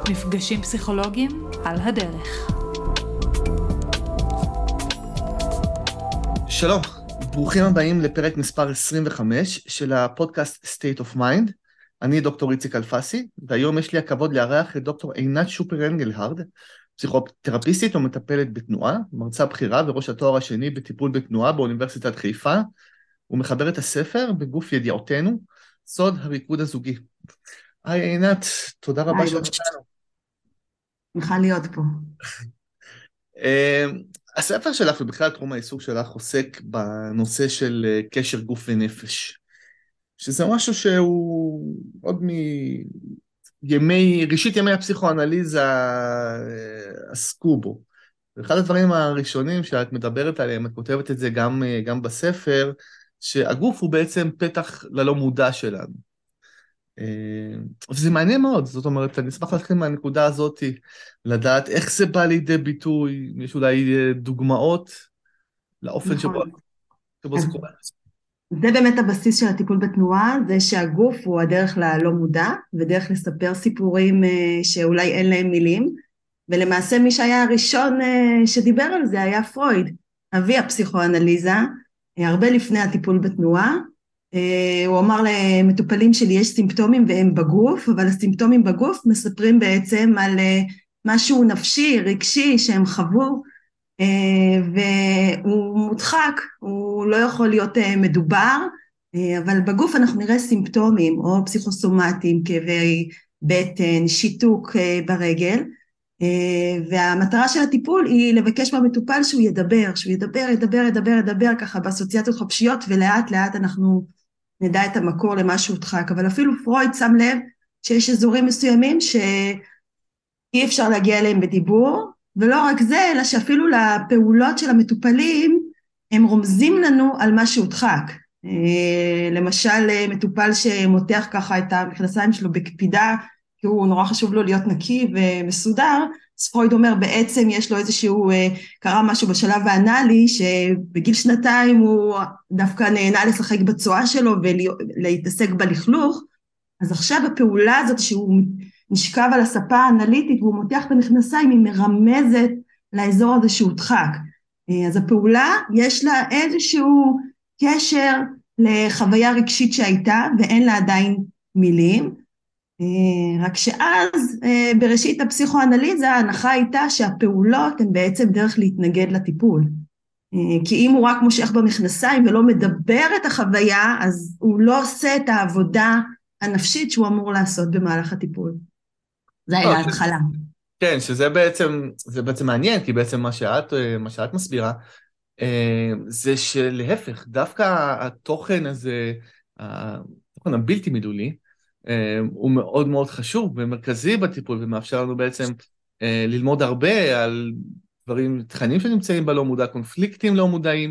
מפגשים פסיכולוגיים על הדרך. שלום, ברוכים הבאים לפרק מספר 25 של הפודקאסט State of Mind. אני דוקטור איציק אלפסי, והיום יש לי הכבוד לארח את דוקטור עינת שופר אנגלהרד, פסיכותרפיסטית ומטפלת בתנועה, מרצה בכירה וראש התואר השני בטיפול בתנועה באוניברסיטת חיפה, ומחבר את הספר בגוף ידיעותינו, סוד הריקוד הזוגי. היי עינת, תודה רבה שאת איתנו. שמחה להיות פה. הספר שלך ובכלל תחום העיסוק שלך עוסק בנושא של קשר גוף ונפש, שזה משהו שהוא עוד ראשית ימי הפסיכואנליזה עסקו בו. ואחד הדברים הראשונים שאת מדברת עליהם, את כותבת את זה גם בספר, שהגוף הוא בעצם פתח ללא מודע שלנו. וזה מעניין מאוד, זאת אומרת, אני אשמח להתחיל מהנקודה הזאת, לדעת איך זה בא לידי ביטוי, יש אולי דוגמאות לאופן שבו זה קורה. זה באמת הבסיס של הטיפול בתנועה, זה שהגוף הוא הדרך ללא מודע, ודרך לספר סיפורים שאולי אין להם מילים, ולמעשה מי שהיה הראשון שדיבר על זה היה פרויד, אבי הפסיכואנליזה, הרבה לפני הטיפול בתנועה. הוא אמר למטופלים שלי יש סימפטומים והם בגוף, אבל הסימפטומים בגוף מספרים בעצם על משהו נפשי, רגשי שהם חוו, והוא מודחק, הוא לא יכול להיות מדובר, אבל בגוף אנחנו נראה סימפטומים או פסיכוסומטיים, כאבי בטן, שיתוק ברגל, והמטרה של הטיפול היא לבקש מהמטופל שהוא ידבר, ידבר ככה באסוציאציות חופשיות, ולאט לאט אנחנו נדע את המקור למה שהודחק. אבל אפילו פרויד שם לב שיש אזורים מסוימים שאי אפשר להגיע אליהם בדיבור, ולא רק זה, אלא שאפילו לפעולות של המטופלים הם רומזים לנו על מה שהודחק. למשל מטופל שמותח ככה את המכנסיים שלו בקפידה, כי הוא נורא חשוב לו להיות נקי ומסודר, אז פרויד אומר בעצם יש לו איזשהו, קרה משהו בשלב האנלי, שבגיל 2 הוא דווקא נהנה לשחק בצואה שלו ולהתעסק בלכלוך, אז עכשיו הפעולה הזאת שהוא נשכב על הספה האנליטית והוא מותח את המכנסיים, היא מרמזת לאזור הזה שהודחק. אז הפעולה יש לה איזשהו קשר לחוויה רגשית שהייתה ואין לה עדיין מילים, רק שאז בראשית הפסיכואנליזה ההנחה הייתה שהפעולות הן בעצם דרך להתנגד לטיפול, כי אם הוא רק מושך במכנסיים ולא מדבר את החוויה, אז הוא לא עושה את העבודה הנפשית שהוא אמור לעשות במהלך הטיפול. זה היה ההתחלה. כן, שזה בעצם מעניין, כי בעצם מה שאת מסבירה, זה שלהפך, דווקא התוכן הזה, התוכן הבלתי מילולי, הוא מאוד מאוד חשוב ומרכזי בטיפול, ומאפשר לנו בעצם ללמוד הרבה על תכנים שנמצאים בלא מודע, קונפליקטים לא מודעים,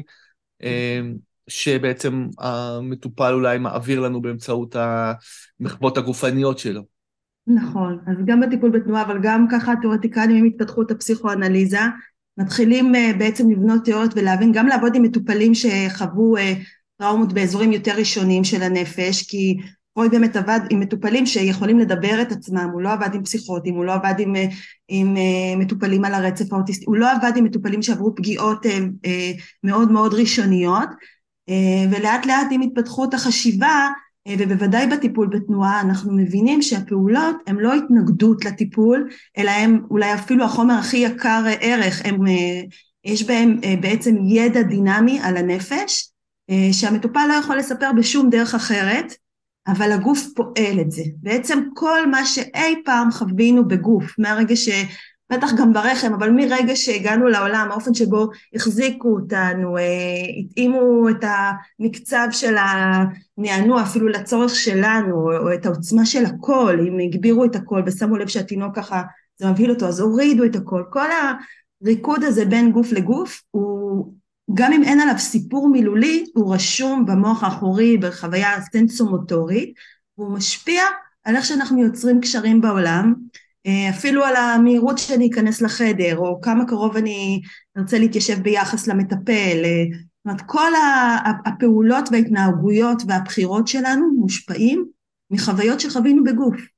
שבעצם המטופל אולי מעביר לנו באמצעות המחוות הגופניות שלו. נכון, אז גם בטיפול בתנועה, אבל גם ככה התיאורטיקנים עם התפתחות הפסיכואנליזה, מתחילים בעצם לבנות תיאוריות ולהבין, גם לעבוד עם מטופלים שחוו טראומות באזורים יותר ראשונים של הנפש, כי פרויד באמת עבד עם מטופלים שיכולים לדבר את עצמם, הוא לא עבד עם פסיכוטים, הוא לא עבד עם מטופלים על הרצף האוטיסטי, הוא לא עבד עם מטופלים שעברו פגיעות מאוד מאוד ראשוניות, ולאט לאט עם התפתחות החשיבה, ובוודאי בטיפול בתנועה, אנחנו מבינים שהפעולות הן לא התנגדות לטיפול, אלא הן אולי אפילו החומר הכי יקר ערך, יש בהם בעצם ידע דינמי על הנפש, שהמטופל לא יכול לספר בשום דרך אחרת, אבל הגוף פועל את זה. בעצם כל מה שאי פעם חווינו בגוף, מהרגע בטח גם ברחם, אבל מרגע שהגענו לעולם, האופן שבו החזיקו אותנו, התאימו את המקצב של הנענוע אפילו לצורך שלנו, או את העוצמה של הקול, אם הגבירו את הקול ושמו לב שהתינוק ככה, זה מבהיל אותו, אז הורידו את הקול. כל הריקוד הזה בין גוף לגוף, הוא, גם אם אין עליו סיפור מילולי, הוא רשום במוח האחורי, בחוויה סנסומוטורית, והוא משפיע על איך שאנחנו יוצרים קשרים בעולם, אפילו על המהירות שאני אכנס לחדר, או כמה קרוב אני ארצה להתיישב ביחס למטפל. זאת אומרת, כל הפעולות וההתנהגויות והבחירות שלנו מושפעים מחוויות שחווינו בגוף.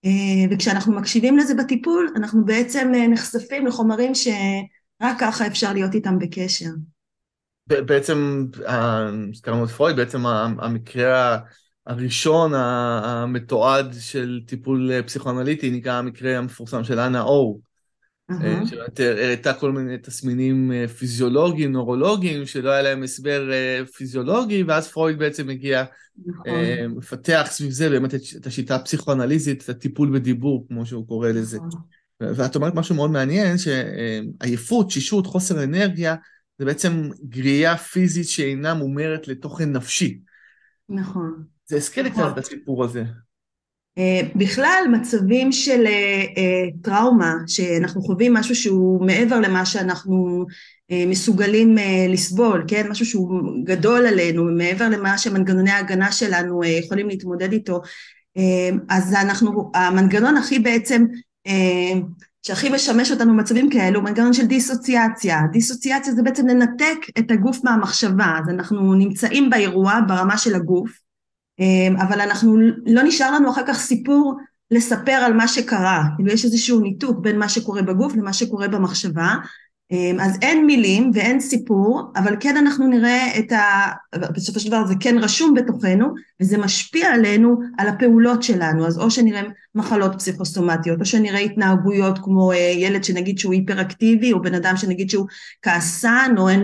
וכשאנחנו מקשיבים לזה בטיפול, אנחנו בעצם נחשפים לחומרים שרק ככה אפשר להיות איתם בקשר. בעצם, הזכרנו את פרויד, בעצם המקרה הראשון המתועד של טיפול פסיכואנליטי נקרא המקרה המפורסם של אנה אור, שהראתה כל מיני תסמינים פיזיולוגיים, נורולוגיים, שלא היה להם הסבר פיזיולוגי, ואז פרויד בעצם הגיע, מפתח סביב זה באמת את השיטה הפסיכואנליזית, את הטיפול בדיבור, כמו שהוא קורא לזה. ואת אומרת משהו מאוד מעניין, שעייפות, שישות, חוסר אנרגיה, זה בעצם גריעה פיזית שאינה מומרת לתוכן נפשי. נכון. זה הזכיר קצת את הסיפור הזה. בכלל מצבים של טראומה, שאנחנו חווים משהו שהוא מעבר למה שאנחנו מסוגלים לסבול, כן? משהו שהוא גדול עלינו, מעבר למה שמנגנוני ההגנה שלנו יכולים להתמודד איתו, אז המנגנון הכי בעצם, שהכי משמש אותנו במצבים כאלו, הוא מנגנון של דיסוציאציה. דיסוציאציה זה בעצם לנתק את הגוף מהמחשבה, אז אנחנו נמצאים באירוע ברמה של הגוף, אבל אנחנו לא נשאר לנו אחר כך סיפור לספר על מה שקרה, כאילו יש איזשהו ניתוק בין מה שקורה בגוף למה שקורה במחשבה, אז אין מילים ואין סיפור, אבל כן אנחנו נראה בסופו של דבר זה כן רשום בתוכנו, וזה משפיע עלינו על הפעולות שלנו, אז או שנראה מחלות פסיכוסומטיות, או שנראה התנהגויות כמו ילד שנגיד שהוא היפראקטיבי, או בן אדם שנגיד שהוא כעסן, או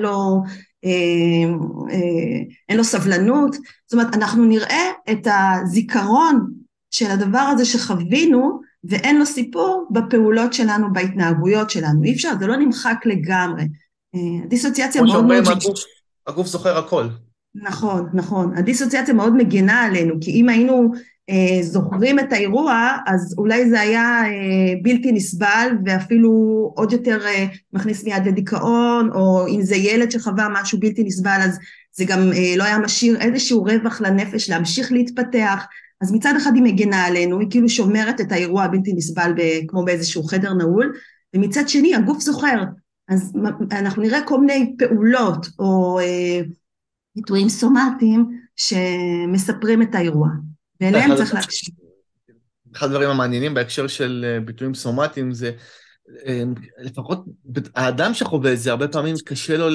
אין לו סבלנות, זאת אומרת אנחנו נראה את הזיכרון של הדבר הזה שחווינו, ואין לו סיפור בפעולות שלנו, בהתנהגויות שלנו, אי אפשר, זה לא נמחק לגמרי. הדיסוציאציה מאוד מאוד... הגוף זוכר הכל. נכון, נכון. הדיסוציאציה מאוד מגנה עלינו, כי אם היינו זוכרים את האירוע, אז אולי זה היה בלתי נסבל, ואפילו עוד יותר מכניס מיד לדיכאון, או אם זה ילד שחווה משהו בלתי נסבל, אז זה גם לא היה משאיר איזשהו רווח לנפש להמשיך להתפתח, אז מצד אחד היא מגנה עלינו, היא כאילו שומרת את האירוע הבלתי נסבל כמו באיזשהו חדר נעול, ומצד שני הגוף זוכר, אז אנחנו נראה כל מיני פעולות או ביטויים סומטיים שמספרים את האירוע, ואליהם צריך להקשיב. אחד הדברים המעניינים בהקשר של ביטויים סומטיים זה, לפחות האדם שחווה את זה, הרבה פעמים קשה לו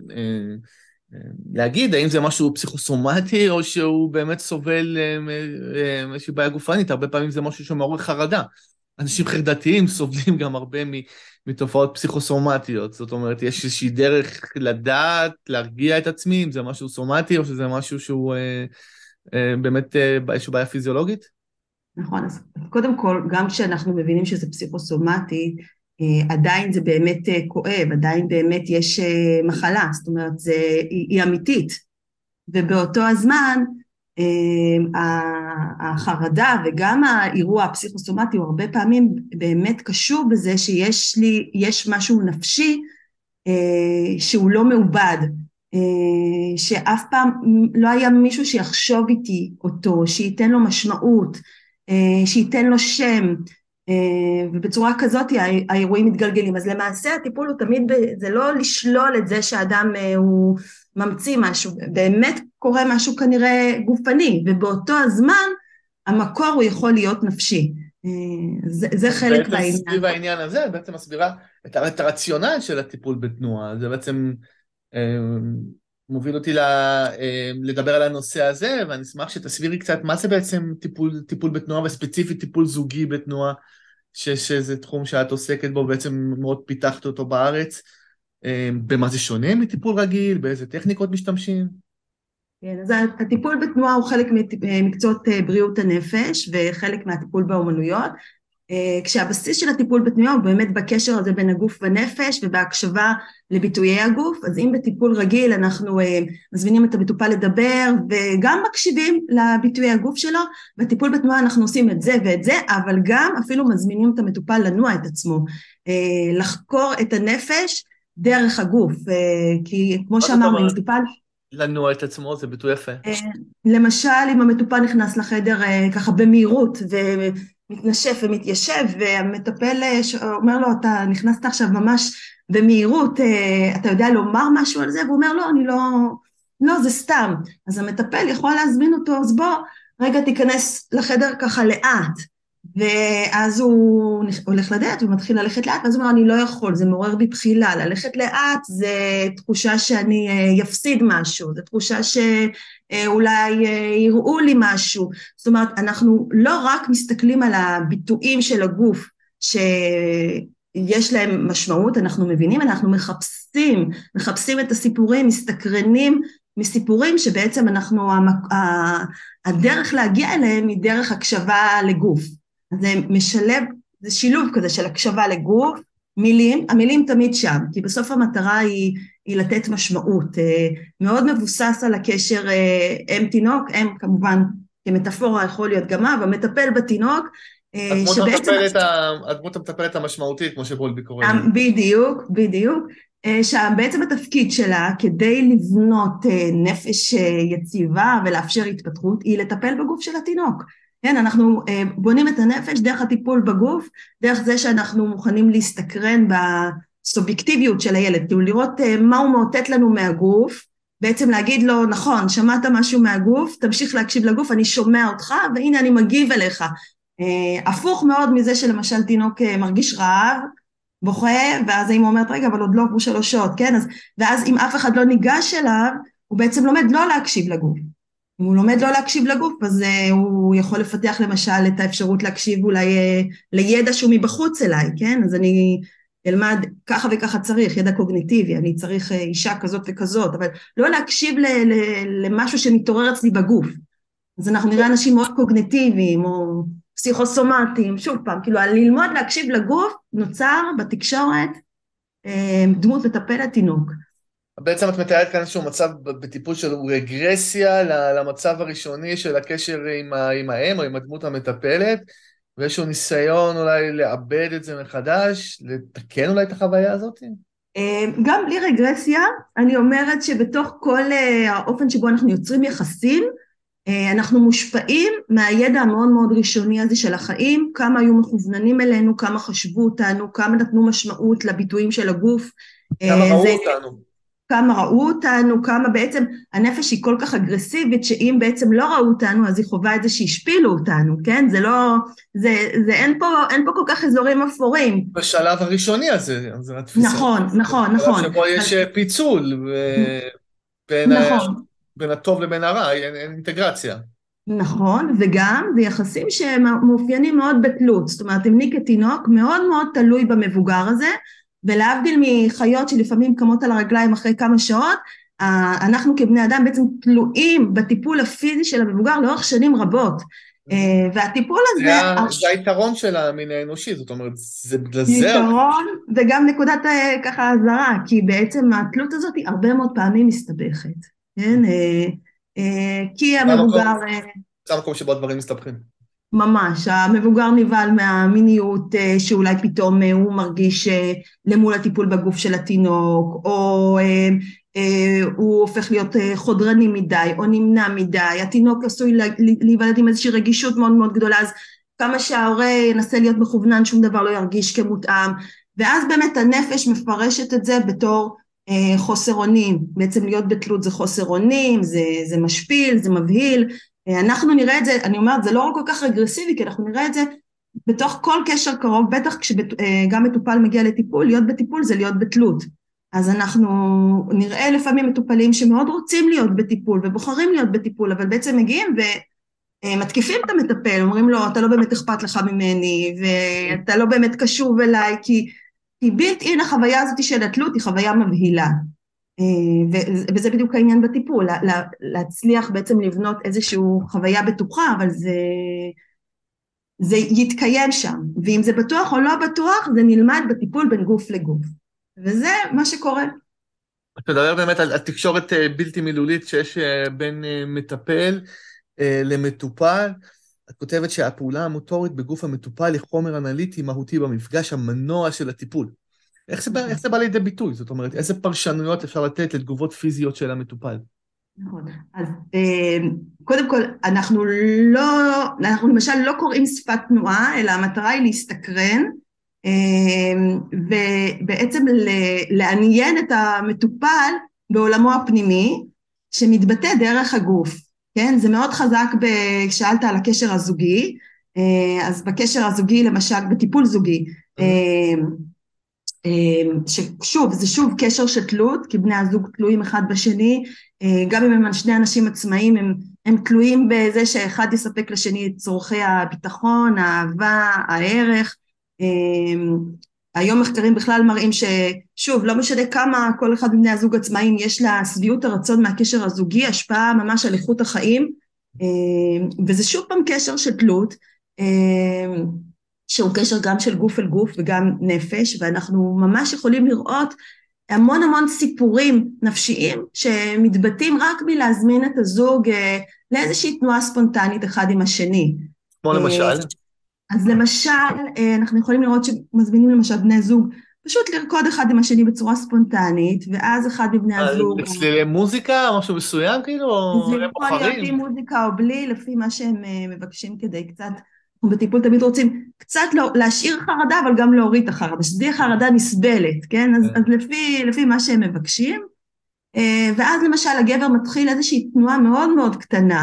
להגיד האם זה משהו פסיכוסומטי או שהוא באמת סובל מאיזושהי בעיה גופנית, הרבה פעמים זה משהו שמעורר חרדה. אנשים חרדתיים סובלים גם הרבה מתופעות פסיכוסומטיות, זאת אומרת יש איזושהי דרך לדעת, להרגיע את עצמי, אם זה משהו סומטי או שזה משהו שהוא באמת איזושהי בעיה פיזיולוגית? נכון, אז קודם כל גם כשאנחנו מבינים שזה פסיכוסומטי, עדיין זה באמת כואב, עדיין באמת יש מחלה, זאת אומרת, היא אמיתית, ובאותו הזמן, החרדה וגם האירוע הפסיכוסומטי הוא הרבה פעמים באמת קשור בזה שיש משהו נפשי שהוא לא מעובד, שאף פעם לא היה מישהו שיחשוב איתי אותו, שייתן לו משמעות, שייתן לו שם, ובצורה כזאת האירועים מתגלגלים. אז למעשה הטיפול הוא תמיד, זה לא לשלול את זה שהאדם הוא ממציא משהו, באמת קורה משהו כנראה גופני, ובאותו הזמן המקור הוא יכול להיות נפשי. זה חלק בעניין. סביב העניין הזה, בעצם מסבירה את הרציונל של הטיפול בתנועה, זה בעצם מוביל אותי לדבר על הנושא הזה, ואני אשמח שתסבירי קצת מה זה בעצם טיפול בתנועה, וספציפית טיפול זוגי בתנועה, שזה תחום שאת עוסקת בו, בעצם מאוד פיתחת אותו בארץ, במה זה שונה מטיפול רגיל, באיזה טכניקות משתמשים? כן, אז הטיפול בתנועה הוא חלק ממקצועות בריאות הנפש, וחלק מהטיפול באומנויות, כשהבסיס של הטיפול בתנועה הוא באמת בקשר הזה בין הגוף ונפש ובהקשבה לביטויי הגוף. אז אם בטיפול רגיל אנחנו מזמינים את המטופל לדבר וגם מקשיבים לביטויי הגוף שלו, בטיפול בתנועה אנחנו עושים את זה ואת זה, אבל גם אפילו מזמינים את המטופל לנוע את עצמו, לחקור את הנפש דרך הגוף, כי כמו שאמרנו, מטופל... לנוע את עצמו זה ביטוי יפה. למשל אם המטופל נכנס לחדר ככה במהירות מתנשף ומתיישב, והמטפל אומר לו, אתה נכנסת עכשיו ממש במהירות, אתה יודע לומר משהו על זה? והוא אומר, לא, אני לא, זה סתם. אז המטפל יכול להזמין אותו, אז בוא, רגע תיכנס לחדר ככה לאט, ואז הוא הולך לדלת ומתחיל ללכת לאט, ואז הוא אומר, אני לא יכול, זה מעורר בי בחילה, ללכת לאט זה תחושה שאני יפסיד משהו, זה תחושה שאולי יראו לי משהו, זאת אומרת, אנחנו לא רק מסתכלים על הביטויים של הגוף, שיש להם משמעות, אנחנו מבינים, אנחנו מחפשים את הסיפורים, מסתקרנים מסיפורים שבעצם אנחנו, הדרך להגיע אליהם היא דרך הקשבה לגוף. אז זה משלב, זה שילוב כזה של הקשבה לגוף, מילים, המילים תמיד שם, כי בסוף המטרה היא לתת משמעות, מאוד מבוסס על הקשר אם תינוק, אם כמובן כמטאפורה יכול להיות גם אב, המטפל בתינוק, הדמות המטפלת המשמעותית, כמו שבולבי קורא. בדיוק, שבעצם התפקיד שלה כדי לבנות נפש יציבה ולאפשר התפתחות, היא לטפל בגוף של התינוק. כן, אנחנו בונים את הנפש דרך הטיפול בגוף, דרך זה שאנחנו מוכנים להסתקרן בסובייקטיביות של הילד, כאילו לראות מה הוא מאותת לנו מהגוף, בעצם להגיד לו, נכון, שמעת משהו מהגוף, תמשיך להקשיב לגוף, אני שומע אותך, והנה אני מגיב אליך. הפוך מאוד מזה שלמשל תינוק מרגיש רעב, בוכה, ואז האמא אומרת, רגע, אבל עוד לא עברו 3 שעות, כן? ואז אם אף אחד לא ניגש אליו, הוא בעצם לומד לא להקשיב לגוף. אם הוא לומד לא להקשיב לגוף, אז הוא יכול לפתח למשל את האפשרות להקשיב אולי לידע שהוא מבחוץ אליי, כן? אז אני אלמד ככה וככה צריך, ידע קוגניטיבי, אני צריך אישה כזאת וכזאת, אבל לא להקשיב למשהו שמתעורר אצלי בגוף. אז אנחנו נראה אנשים מאוד קוגניטיביים, או פסיכוסומטיים, שוב פעם, כאילו ללמוד להקשיב לגוף, נוצר בתקשורת דמות מטפלת תינוק. בעצם את מתארת כאן איזשהו מצב בטיפול של רגרסיה למצב הראשוני של הקשר עם האם או עם הדמות המטפלת, ואיזשהו ניסיון אולי לאבד את זה מחדש, לתקן אולי את החוויה הזאת? גם בלי רגרסיה, אני אומרת שבתוך כל האופן שבו אנחנו יוצרים יחסים, אנחנו מושפעים מהידע המאוד מאוד ראשוני הזה של החיים, כמה היו מכווננים אלינו, כמה חשבו אותנו, כמה נתנו משמעות לביטויים של הגוף. כמה ראו אותנו, כמה בעצם הנפש היא כל כך אגרסיבית, שאם בעצם לא ראו אותנו, אז היא חובה את זה שהשפילו אותנו, כן? זה לא, אין פה כל כך אזורים אפורים. בשלב הראשוני הזה, זה התפיסה. נכון. שבו יש פיצול, בין הטוב לבין הרע, אין אינטגרציה. נכון, וגם זה יחסים שמאופיינים מאוד בתלות, זאת אומרת, אם אני כתינוק מאוד מאוד תלוי במבוגר הזה, ולהבדיל מחיות שלפעמים קמות על הרגליים אחרי כמה שעות, אנחנו כבני אדם בעצם תלויים בטיפול הפיזי של המבוגר לאורך שנים רבות, והטיפול הזה... זה היתרון של המין האנושי, זאת אומרת, זה בגלל זה... יתרון, וגם נקודת ככה הזרה, כי בעצם התלות הזאת היא הרבה מאוד פעמים מסתבכת, כן? כי המבוגר... זה המקום שבו הדברים מסתבכים. ממש, המבוגר נבהל מהמיניות שאולי פתאום הוא מרגיש למול הטיפול בגוף של התינוק, או הוא הופך להיות חודרני מדי, או נמנע מדי, התינוק עשוי להיוולד עם איזושהי רגישות מאוד מאוד גדולה, אז כמה שההורה ינסה להיות מכוונן, שום דבר לא ירגיש כמותאם, ואז באמת הנפש מפרשת את זה בתור חוסר אונים, בעצם להיות בתלות זה חוסר אונים, זה משפיל, זה מבהיל, אנחנו נראה את זה, אני אומרת, זה לא רק כל כך רגרסיבי, כי אנחנו נראה את זה בתוך כל קשר קרוב, בטח כשגם מטופל מגיע לטיפול, להיות בטיפול זה להיות בתלות. אז אנחנו נראה לפעמים מטופלים שמאוד רוצים להיות בטיפול, ובוחרים להיות בטיפול, אבל בעצם מגיעים ומתקיפים את המטפל, אומרים לו, אתה לא באמת אכפת לך ממני, ואתה לא באמת קשוב אליי, כי בלתי אין החוויה הזאת של התלות, היא חוויה מבהילה. וזה בדיוק העניין בטיפול, להצליח בעצם לבנות איזושהי חוויה בטוחה, אבל זה יתקיים שם, ואם זה בטוח או לא בטוח, זה נלמד בטיפול בין גוף לגוף, וזה מה שקורה. אתה מדבר באמת על תקשורת בלתי מילולית שיש בין מטפל למטופל, את כותבת שהפעולה המוטורית בגוף המטופל היא חומר אנליטי מהותי במפגש המנוע של הטיפול. איך זה בא לידי ביטוי? זאת אומרת, איזה פרשנויות אפשר לתת לתגובות פיזיות של המטופל? נכון. אז קודם כל, אנחנו למשל לא קוראים שפת תנועה, אלא המטרה היא להסתקרן, ובעצם לעניין את המטופל בעולמו הפנימי, שמתבטא דרך הגוף. כן? זה מאוד חזק, שאלת על הקשר הזוגי, אז בקשר הזוגי, למשל, בטיפול זוגי, ששוב, זה שוב קשר של תלות, כי בני הזוג תלויים אחד בשני, גם אם הם שני אנשים עצמאיים, הם תלויים בזה שאחד יספק לשני את צורכי הביטחון, האהבה, הערך. היום מחקרים בכלל מראים ששוב, לא משנה כמה כל אחד מבני הזוג עצמאיים יש לה שביעות הרצון מהקשר הזוגי, השפעה ממש על איכות החיים, וזה שוב פעם קשר של תלות, שהוא קשר גם של גוף אל גוף וגם נפש, ואנחנו ממש יכולים לראות המון המון סיפורים נפשיים שמתבטאים רק מלהזמין את הזוג לאיזושהי תנועה ספונטנית אחד עם השני. כמו למשל? אז למשל, אנחנו יכולים לראות שמזמינים למשל בני זוג פשוט לרקוד אחד עם השני בצורה ספונטנית, ואז אחד מבני הזוג... לצלילי מוזיקה, משהו מסוים כאילו, או זה הם יכול להיות בוחרים? עם מוזיקה או בלי, לפי מה שהם מבקשים כדי קצת, אנחנו בטיפול תמיד רוצים קצת להשאיר חרדה, אבל גם להוריד את החרדה, שתהיה חרדה נסבלת, כן? אז לפי מה שהם מבקשים, ואז למשל הגבר מתחיל איזושהי תנועה מאוד מאוד קטנה,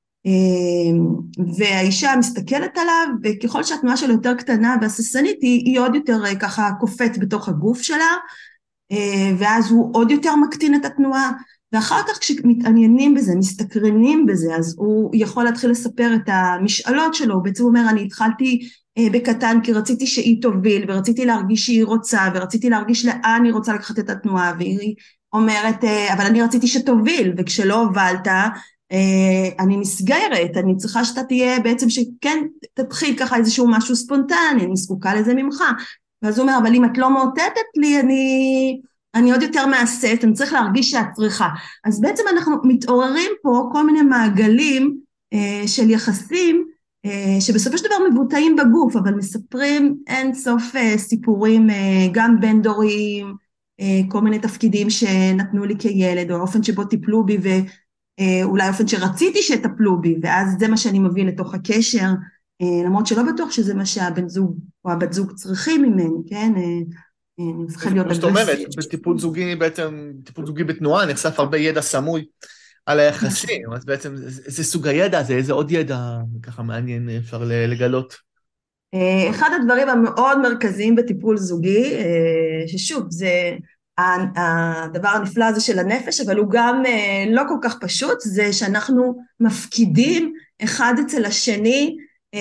והאישה מסתכלת עליו, וככל שהתנועה שלו יותר קטנה והססנית, היא עוד יותר ככה קופאת בתוך הגוף שלה, ואז הוא עוד יותר מקטין את התנועה, ואחר כך כשמתעניינים בזה, מסתקרנים בזה, אז הוא יכול להתחיל לספר את המשאלות שלו, הוא בעצם אומר, אני התחלתי בקטן כי רציתי שהיא תוביל, ורציתי להרגיש שהיא רוצה, ורציתי להרגיש לאן היא רוצה לקחת את התנועה, והיא אומרת, אבל אני רציתי שתוביל, וכשלא הובלת, אני נסגרת, אני צריכה שאתה תהיה בעצם שכן תתחיל ככה איזשהו משהו ספונטני, אני זקוקה לזה ממך, ואז הוא אומר, אבל אם את לא מאותתת לי, אני עוד יותר מעשית, אני צריך להרגיש שאת צריכה. אז בעצם אנחנו מתעוררים פה כל מיני מעגלים של יחסים, שבסופו של דבר מבוטאים בגוף, אבל מספרים אין סוף סיפורים, גם בין דוריים, כל מיני תפקידים שנתנו לי כילד, או האופן שבו טיפלו בי, ואולי האופן שרציתי שטפלו בי, ואז זה מה שאני מביא לתוך הקשר, למרות שלא בטוח שזה מה שהבן זוג או הבת זוג צריכים ממני, כן? כמו שאת אומרת, בטיפול זוגי בעצם, טיפול זוגי בתנועה, נחשף הרבה ידע סמוי על היחסים, אז בעצם איזה סוג הידע הזה, איזה עוד ידע ככה מעניין אפשר לגלות? אחד הדברים המאוד מרכזיים בטיפול זוגי, ששוב, זה הדבר הנפלא הזה של הנפש, אבל הוא גם לא כל כך פשוט, זה שאנחנו מפקידים אחד אצל השני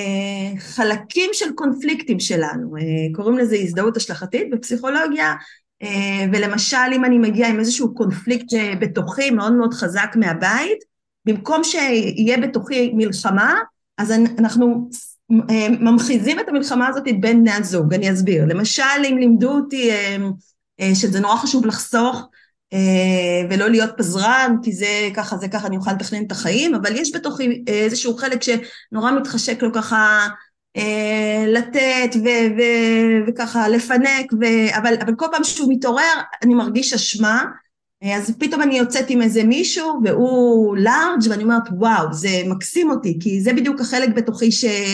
חלקים של קונפליקטים שלנו, קוראים לזה הזדהות השלכתית בפסיכולוגיה, ולמשל אם אני מגיעה עם איזשהו קונפליקט בתוכי מאוד מאוד חזק מהבית, במקום שיהיה בתוכי מלחמה, אז אנחנו ממחיזים את המלחמה הזאת בין בני הזוג. אני אסביר, למשל אם לימדו אותי שזה נורא חשוב לחסוך ולא להיות פזרן, כי זה ככה, אני אוכל לתכנן את החיים, אבל יש בתוכי איזשהו חלק שנורא מתחשק לו ככה לתת וככה לפנק, אבל כל פעם שהוא מתעורר אני מרגיש אשמה, אז פתאום אני יוצאת עם איזה מישהו והוא לארג' ואני אומרת וואו, זה מקסים אותי, כי זה בדיוק החלק בתוכי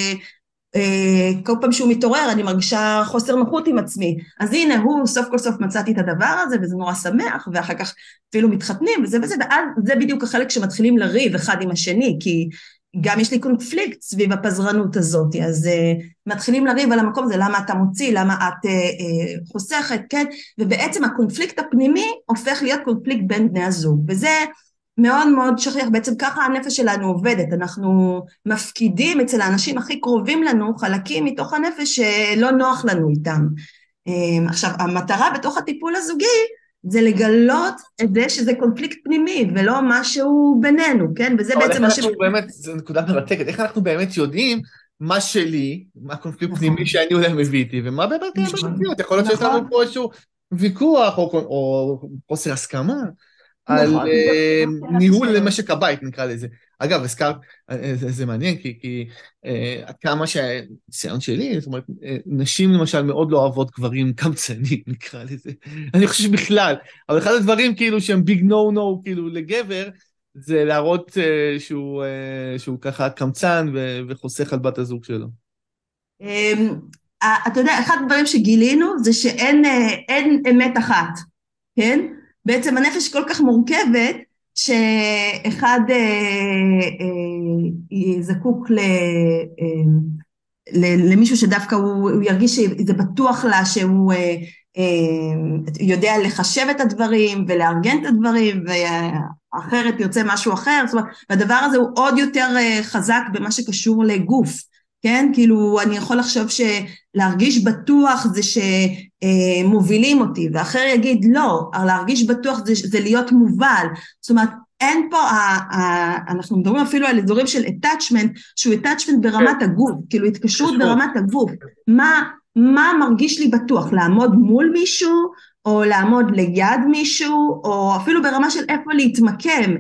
כל פעם שהוא מתעורר אני מרגישה חוסר נוחות עם עצמי, אז הנה הוא סוף כל סוף מצאתי את הדבר הזה וזה נורא שמח, ואחר כך אפילו מתחתנים וזה, ואז זה בדיוק החלק שמתחילים לריב אחד עם השני, כי גם יש לי קונפליקט סביב הפזרנות הזאת, אז מתחילים לריב על המקום הזה, למה אתה מוציא, למה את חוסכת, כן? ובעצם הקונפליקט הפנימי הופך להיות קונפליקט בין בני הזוג, וזה מאוד מאוד שכיח, בעצם ככה הנפש שלנו עובדת, אנחנו מפקידים אצל האנשים הכי קרובים לנו חלקים מתוך הנפש שלא נוח לנו איתם. עכשיו, המטרה בתוך הטיפול הזוגי זה לגלות את זה שזה קונפליקט פנימי ולא משהו בינינו, כן? וזה בעצם מה באמת, זו נקודה מרתקת, איך אנחנו באמת יודעים מה שלי, מה הקונפליקט פנימי שאני אולי מביא איתי, ומה באמת יהיה במציאות, יכול להיות שיש לנו פה איזשהו ויכוח או חוסר הסכמה, על ניהול למשק הבית, נקרא לזה. אגב, הזכרת, זה מעניין, כי כמה שהניסיון שלי, זאת אומרת, נשים למשל מאוד לא אוהבות גברים קמצנים, נקרא לזה. אני חושב בכלל, אבל אחד הדברים כאילו שהם ביג נו נו כאילו לגבר, זה להראות שהוא ככה קמצן וחוסך על בת הזוג שלו. אתה יודע, אחד הדברים שגילינו זה שאין אמת אחת, כן? בעצם הנפש כל כך מורכבת, שאחד זקוק למישהו שדווקא הוא ירגיש שזה בטוח לה שהוא יודע לחשב את הדברים ולארגן את הדברים, ואחרת יוצא משהו אחר, זאת אומרת, והדבר הזה הוא עוד יותר חזק במה שקשור לגוף, כן? כאילו אני יכול לחשוב שלהרגיש בטוח זה שמובילים אותי, ואחר יגיד לא, להרגיש בטוח זה להיות מובל, זאת אומרת, אין פה, אנחנו מדברים אפילו על אזורים של attachment, שהוא attachment ברמת הגוף, כאילו התקשרות ברמת הגוף, מה מרגיש לי בטוח, לעמוד מול מישהו, או לעמוד ליד מישהו, או אפילו ברמה של איפה להתמקם,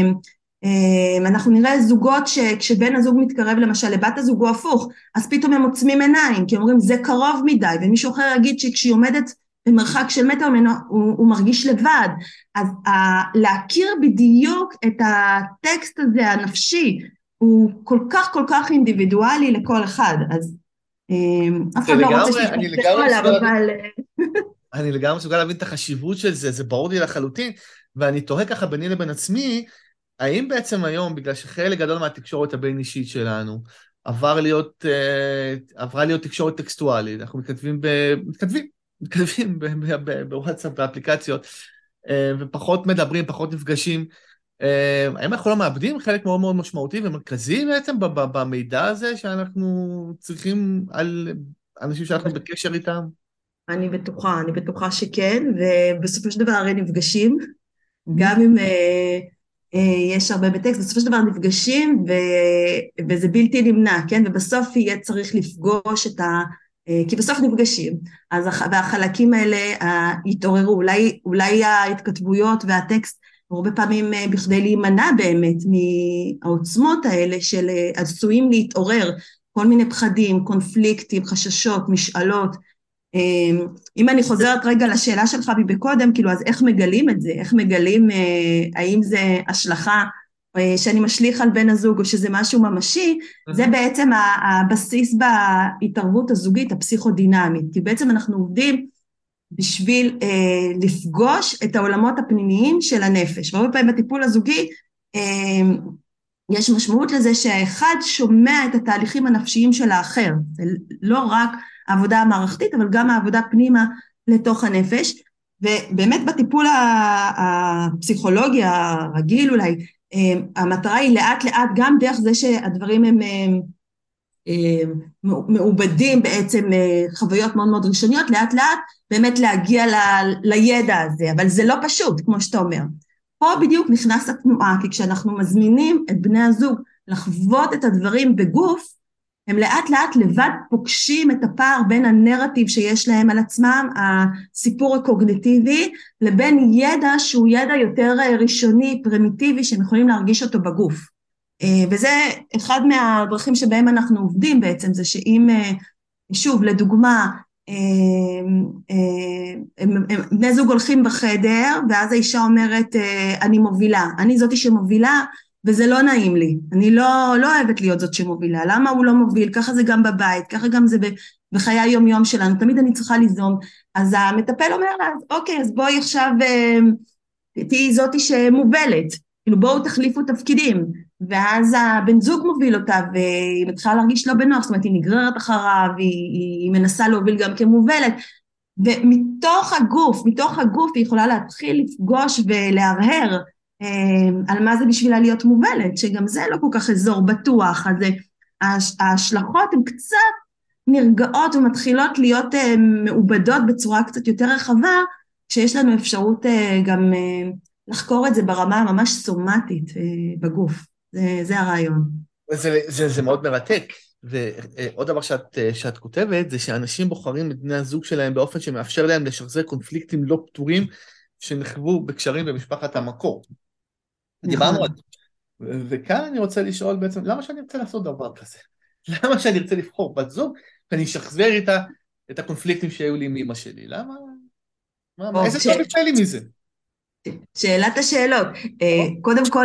אנחנו נראה זוגות שכשבן הזוג מתקרב למשל לבת הזוג הוא הפוך, אז פתאום הם עוצמים עיניים, כי אומרים זה קרוב מדי, ומישהו אחר יגיד שכשהיא עומדת במרחק של מטר ממנו הוא מרגיש לבד, אז להכיר בדיוק את הטקסט הזה הנפשי, הוא כל כך אינדיבידואלי לכל אחד, אז אף אחד לא רוצה שתתפסו עליו, אבל... אני לגמרי מסוגל להבין את החשיבות של זה, זה ברור לי לחלוטין, ואני תוהה ככה ביני לבין עצמי, האם בעצם היום, בגלל שחלק גדול מהתקשורת הבין אישית שלנו, עברה להיות תקשורת טקסטואלית, אנחנו מתכתבים בוואטסאפ, באפליקציות, ופחות מדברים, פחות נפגשים, האם אנחנו לא מאבדים חלק מאוד מאוד משמעותי ומרכזי בעצם במידע הזה שאנחנו צריכים על אנשים שאנחנו בקשר איתם? אני בטוחה שכן, ובסופו של דבר הרי נפגשים, גם אם יש הרבה בטקסט, בסופו של דבר נפגשים, וזה בלתי נמנע, כן? ובסוף יהיה צריך לפגוש כי בסוף נפגשים, והחלקים האלה יתעוררו, אולי ההתכתבויות והטקסט, הרבה פעמים בכדי להימנע באמת מהעוצמות האלה של עשויים להתעורר, כל מיני פחדים, קונפליקטים, חששות, משאלות. אם אני חוזרת רגע לשאלה שלך בקודם, כאילו אז איך מגלים את זה? איך מגלים האם זה השלכה שאני משליך על בן הזוג או שזה משהו ממשי? זה בעצם הבסיס בהתערבות הזוגית הפסיכודינמית, כי בעצם אנחנו עובדים בשביל לפגוש את העולמות הפנימיים של הנפש, והרבה פעמים בטיפול הזוגי יש משמעות לזה שהאחד שומע את התהליכים הנפשיים של האחר, זה לא רק העבודה המערכתית, אבל גם העבודה פנימה לתוך הנפש, ובאמת בטיפול הפסיכולוגי הרגיל אולי, המטרה היא לאט לאט, גם דרך זה שהדברים הם מעובדים בעצם חוויות מאוד מאוד ראשוניות, לאט לאט באמת להגיע לידע הזה, אבל זה לא פשוט, כמו שאתה אומר. פה בדיוק נכנס התנועה, כי כשאנחנו מזמינים את בני הזוג לחוות את הדברים בגוף, הם לאט לאט לבד פוגשים את הפער בין הנרטיב שיש להם על עצמם, הסיפור הקוגניטיבי, לבין ידע שהוא ידע יותר ראשוני, פרימיטיבי, שהם יכולים להרגיש אותו בגוף. וזה אחד מהדרכים שבהם אנחנו עובדים בעצם, זה שאם, שוב, לדוגמה, בני זוג הולכים בחדר, ואז האישה אומרת, אני מובילה, אני זאתי שמובילה, וזה לא נעים לי, אני לא אוהבת להיות זאת שמובילה, למה הוא לא מוביל? ככה זה גם בבית, ככה גם זה בחיי היום יום שלנו, תמיד אני צריכה ליזום, אז המטפל אומר לה, אוקיי, אז בואי עכשיו, תהיי זאתי שמובלת, כאילו בואו תחליפו תפקידים, ואז הבן זוג מוביל אותה, והיא מתחילה להרגיש לא בנוח, זאת אומרת, היא נגררת אחריו, היא מנסה להוביל גם כמובלת, ומתוך הגוף היא יכולה להתחיל לפגוש ולהרהר, על מה זה בשבילה להיות מובלת, שגם זה לא כל כך אזור בטוח, אז ההשלכות הן קצת נרגעות ומתחילות להיות מעובדות בצורה קצת יותר רחבה, כשיש לנו אפשרות גם לחקור את זה ברמה הממש סומטית בגוף, זה הרעיון. זה מאוד מרתק, ועוד דבר שאת כותבת, זה שאנשים בוחרים את בני הזוג שלהם באופן שמאפשר להם לשחזר קונפליקטים לא פתורים, שנחוו בקשרים במשפחת המקור. דיברנו על זה. וכאן אני רוצה לשאול בעצם, למה שאני ארצה לעשות דבר כזה? למה שאני ארצה לבחור בת זוג, ואני אשחזר איתה את הקונפליקטים שהיו לי עם אמא שלי? למה? איזה טוב יצא לי מזה? שאלת השאלות. קודם כל,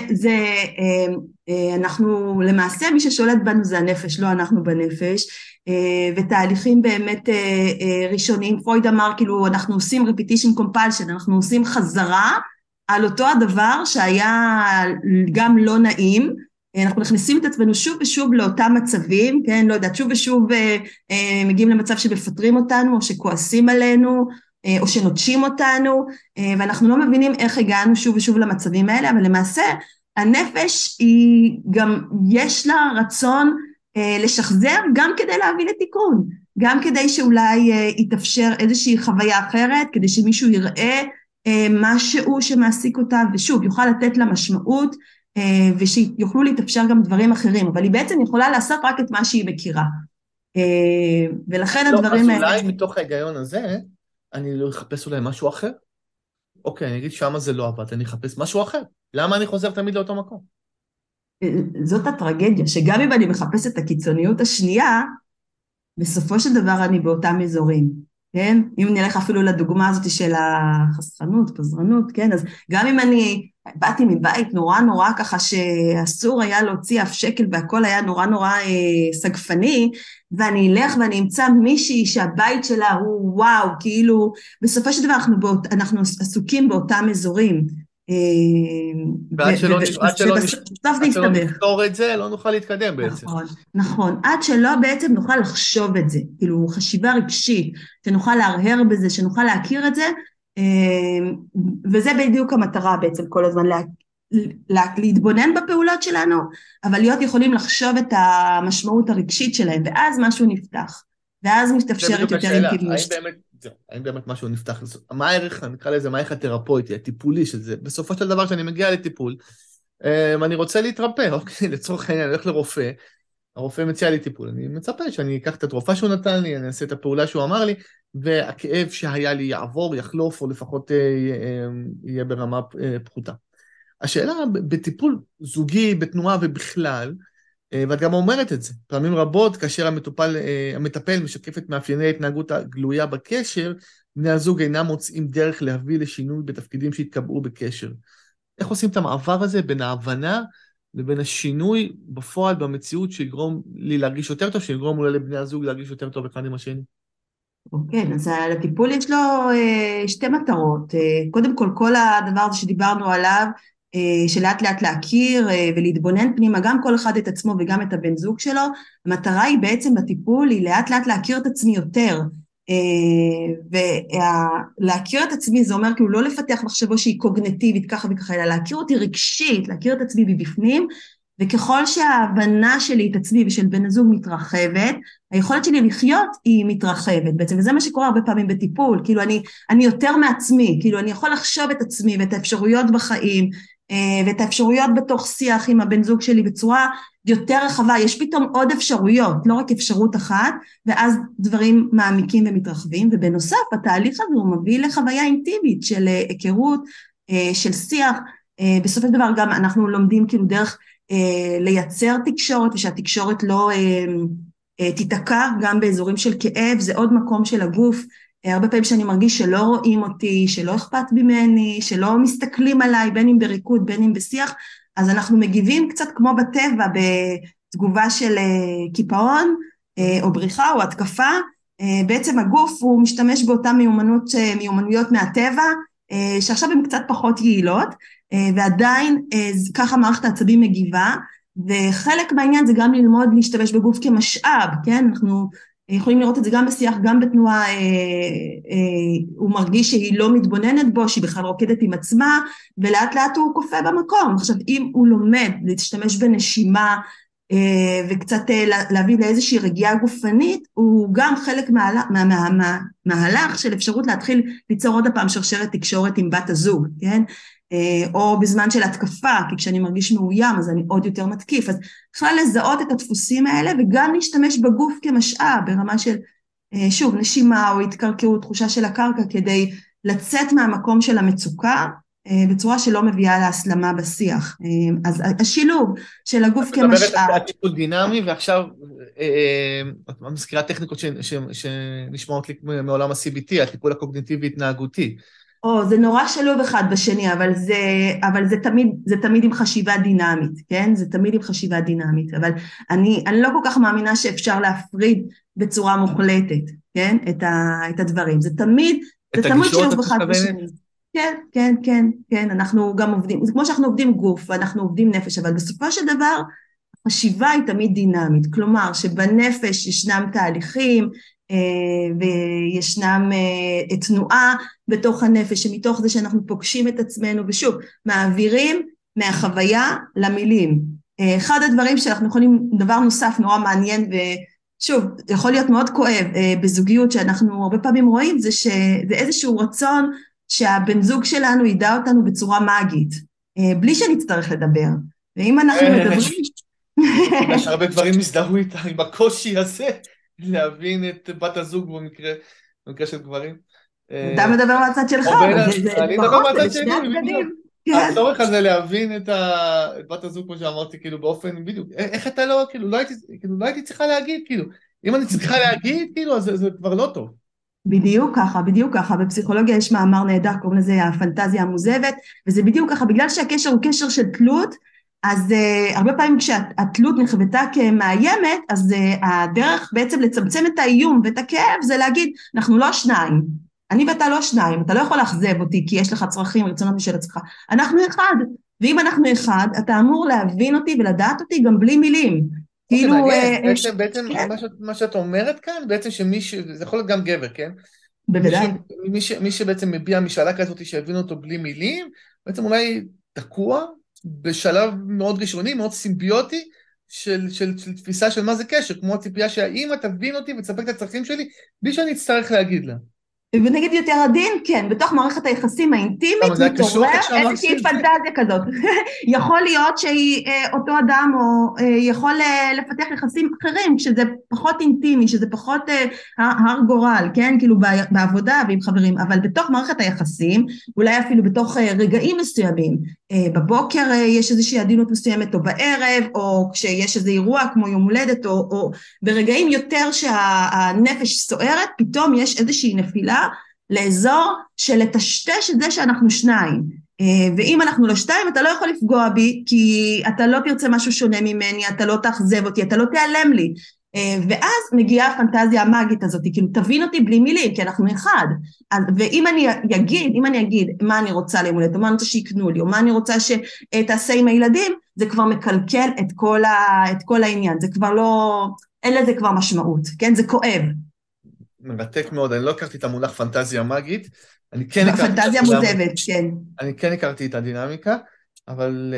אנחנו למעשה, מי ששולט בנו זה הנפש, לא אנחנו בנפש, ותהליכים באמת ראשוניים. פרויד אמר, כאילו, אנחנו עושים repetition compulsion, אנחנו עושים חזרה, על אותו הדבר שהיה גם לא נעים, אנחנו מכניסים את עצמנו שוב ושוב לאותם מצבים, כן, לא יודעת, שוב ושוב מגיעים למצב שמפטרים אותנו, או שכועסים עלינו, או שנוטשים אותנו, ואנחנו לא מבינים איך הגענו שוב ושוב למצבים האלה, אבל למעשה הנפש היא גם, יש לה רצון לשחזר גם כדי להביא לתיקון, גם כדי שאולי יתאפשר איזושהי חוויה אחרת, כדי שמישהו יראה משהו שמעסיק אותה, ושוב, יוכל לתת לה משמעות, ושיוכלו להתאפשר גם דברים אחרים, אבל היא בעצם יכולה לעשות רק את מה שהיא מכירה. ולכן הדברים האלה... אז אולי מתוך ההיגיון הזה, אני לא אחפש אולי משהו אחר? אוקיי, אני אגיד שמה זה לא עבד, אני אחפש משהו אחר. למה אני חוזר תמיד לאותו מקום? זאת הטרגדיה, שגם אם אני מחפש את הקיצוניות השנייה, בסופו של דבר אני באותם אזורים, כן? אם נלך אפילו לדוגמה הזאת של החסכנות, פזרנות, כן? אז גם אם אני באתי מבית נורא ככה שאסור היה להוציא אף שקל והכל היה נורא סגפני, ואני אלך ואני אמצא מישהי שהבית שלה הוא וואו, כאילו בסופו של דבר אנחנו עסוקים באותם אזורים, ועד שלא נפתור את זה, לא נוכל להתקדם בעצם. נכון, עד שלא בעצם נוכל לחשוב את זה, כאילו חשיבה רגשית, שנוכל להרהר בזה, שנוכל להכיר את זה, וזה בדיוק המטרה בעצם כל הזמן, להתבונן בפעולות שלנו, אבל להיות יכולים לחשוב את המשמעות הרגשית שלהם, ואז משהו נפתח, ואז מתאפשרת יותר אינטימיות. האם באמת משהו נפתח? מה הערך, נקרא לזה, מה הערך התרפויטי, הטיפולי של זה? בסופו של דבר שאני מגיע לטיפול, אני רוצה להתרפא, אוקיי, לצורך העניין, אני הולך לרופא, הרופא מציע לי טיפול, אני מצפה שאני אקח את התרופה שהוא נתן לי, אני אעשה את הפעולה שהוא אמר לי, והכאב שהיה לי יעבור, יחלוף, או לפחות יהיה ברמה פחותה. השאלה בטיפול זוגי, בתנועה ובכלל, ואת גם אומרת את זה, פעמים רבות כאשר המטפל משקף את מאפייני ההתנהגות הגלויה בקשר, בני הזוג אינם מוצאים דרך להביא לשינוי בתפקידים שהתקבעו בקשר. איך עושים את המעבר הזה בין ההבנה לבין השינוי בפועל במציאות שיגרום לי להרגיש יותר טוב, שיגרום אולי לבני הזוג להרגיש יותר טוב אחד עם השני? אוקיי, אז לטיפול יש לו שתי מטרות. קודם כל הדבר הזה שדיברנו עליו, שלאט לאט להכיר ולהתבונן פנימה גם כל אחד את עצמו וגם את הבן זוג שלו, המטרה היא בעצם בטיפול היא לאט לאט להכיר את עצמי יותר, ולהכיר את עצמי זה אומר כאילו לא לפתח מחשבו שהיא קוגניטיבית ככה וככה, אלא להכיר אותי רגשית, להכיר את עצמי מבפנים, וככל שההבנה שלי את עצמי ושל בן הזוג מתרחבת, היכולת שלי לחיות היא מתרחבת בעצם, וזה מה שקורה הרבה פעמים בטיפול, כאילו אני יותר מעצמי, כאילו אני יכול לחשוב את עצמי ואת האפשרויות בחיים, ואת האפשרויות בתוך שיח עם הבן זוג שלי בצורה יותר רחבה, יש פתאום עוד אפשרויות, לא רק אפשרות אחת, ואז דברים מעמיקים ומתרחבים, ובנוסף התהליך הזה הוא מביא לחוויה אינטימית של היכרות, של שיח, בסוף הדבר גם אנחנו לומדים כאילו דרך לייצר תקשורת, ושהתקשורת לא תתקע גם באזורים של כאב, זה עוד מקום של הגוף, הרבה פעמים שאני מרגיש שלא רואים אותי, שלא אכפת ממני, שלא מסתכלים עליי, בין אם בריקוד, בין אם בשיח, אז אנחנו מגיבים קצת כמו בטבע, בתגובה של קיפאון, או בריחה, או התקפה, בעצם הגוף הוא משתמש באותן מיומנויות מהטבע, שעכשיו הן קצת פחות יעילות, ועדיין ככה מערכת העצבים מגיבה, וחלק מהעניין זה גם ללמוד להשתמש בגוף כמשאב, כן? אנחנו יכולים לראות את זה גם בשיח, גם בתנועה, הוא מרגיש שהיא לא מתבוננת בו, שהיא בכלל רוקדת עם עצמה, ולאט לאט הוא קופא במקום. עכשיו, אם הוא לומד להשתמש בנשימה, וקצת להביא לאיזושהי רגיעה גופנית, הוא גם חלק מהמהלך של אפשרות להתחיל ליצור עוד הפעם שרשרת תקשורת עם בת הזוג, כן? או בזמן של התקפה, כי כשאני מרגיש מאוים אז אני עוד יותר מתקיף, אז בכלל לזהות את הדפוסים האלה וגם להשתמש בגוף כמשאב ברמה של שוב נשימה או התקרקעות, תחושה של הקרקע, כדי לצאת מהמקום של המצוקה בצורה שלא מביאה להסלמה בשיח. אז השילוב של הגוף כמשאב. את מדברת על טיפול דינמי, ועכשיו את מזכירה טכניקות שנשמעות לי מעולם ה-CBT, הטיפול הקוגניטיבי התנהגותי. זה נורא שלוב אחד בשני, אבל זה תמיד עם חשיבה דינמית, כן? זה תמיד עם חשיבה דינמית, אבל אני לא כל כך מאמינה שאפשר להפריד בצורה מוחלטת, כן? את הדברים. זה תמיד שלוב אחד בשני. כן, אנחנו גם עובדים, זה כמו שאנחנו עובדים גוף ואנחנו עובדים נפש, אבל בסופו של דבר החשיבה היא תמיד דינמית, כלומר שבנפש ישנם תהליכים וישנם תנועה בתוך הנפש, שמתוך זה שאנחנו פוגשים את עצמנו ושוב מעבירים מהחוויה למילים. אחד הדברים שאנחנו יכולים, דבר נוסף נורא מעניין ושוב יכול להיות מאוד כואב בזוגיות שאנחנו הרבה פעמים רואים, זה שזה איזשהו רצון שהבן זוג שלנו ידע אותנו בצורה מאגית, בלי שנצטרך לדבר. ואם אנחנו מדברים... יש הרבה דברים מזדהו איתה, עם הקושי הזה, להבין את בת הזוג במקרה של גברים. אתה מדבר מהצד שלך, אני מדבר מהצד שלי, הצורך הזה להבין את בת הזוג, כמו שאמרתי, כאילו באופן, בדיוק, איך אתה לא, כאילו, לא הייתי צריכה להגיד, כאילו, אם אני צריכה להגיד, כאילו, אז זה כבר לא טוב. בדיוק ככה, בפסיכולוגיה יש מאמר נהדר, קוראים לזה הפנטזיה המוזבת, וזה בדיוק ככה, בגלל שהקשר הוא קשר של תלות, אז הרבה פעמים כשהתלות נחוותה כמאיימת, אז הדרך בעצם לצמצם את האיום ואת הכאב, זה להגיד, אנחנו לא שניים, אני ואתה לא שניים, אתה לא יכול לאכזב אותי, כי יש לך צרכים, רצונות משל עצמך, אנחנו אחד, ואם אנחנו אחד, אתה אמור להבין אותי ולדעת אותי גם בלי מילים, כאילו... בעצם מה שאת אומרת כאן, בעצם זה יכול להיות גם גבר, כן? בוודאי. מי שבעצם מביע משאלה כזאת שהבין אותו בלי מילים, בעצם אולי תקוע בשלב מאוד ראשוני, מאוד סימביוטי, של תפיסה של מה זה קשר, כמו הציפייה שהאמא תבין אותי ותספק את הצרכים שלי, בלי שאני אצטרך להגיד לה. ונגיד יותר עדין, כן, בתוך מערכת היחסים האינטימית, מתעורר איזושהי פנטזיה כזאת. יכול להיות שהיא אותו אדם, או יכול לפתח יחסים אחרים, כשזה פחות אינטימי, שזה פחות הר גורל, כן, כאילו בעבודה ועם חברים, אבל בתוך מערכת היחסים, אולי אפילו בתוך רגעים מסוימים, בבוקר יש איזושהי עדינות מסוימת, או בערב, או כשיש איזה אירוע כמו יום הולדת, או ברגעים יותר שהנפש סוערת, פתאום יש איזושהי נפילה, לאזור של לטשטש את זה שאנחנו שניים, ואם אנחנו לא שתיים אתה לא יכול לפגוע בי, כי אתה לא תרצה משהו שונה ממני, אתה לא תאכזב אותי, אתה לא תיעלם לי, ואז מגיעה הפנטזיה המאגית הזאת, כאילו תבין אותי בלי מילים, כי אנחנו אחד, ואם אני אגיד מה אני רוצה ליום הולדת, או מה אני רוצה שיקנו לי, או מה אני רוצה שתעשה עם הילדים, זה כבר מקלקל את כל העניין, זה כבר לא, אין לזה כבר משמעות, כן, זה כואב. מרתק מאוד, אני לא הכרתי את המונח פנטזיה מאגית, פנטזיה מוזבת, כן. אני כן הכרתי את הדינמיקה, אבל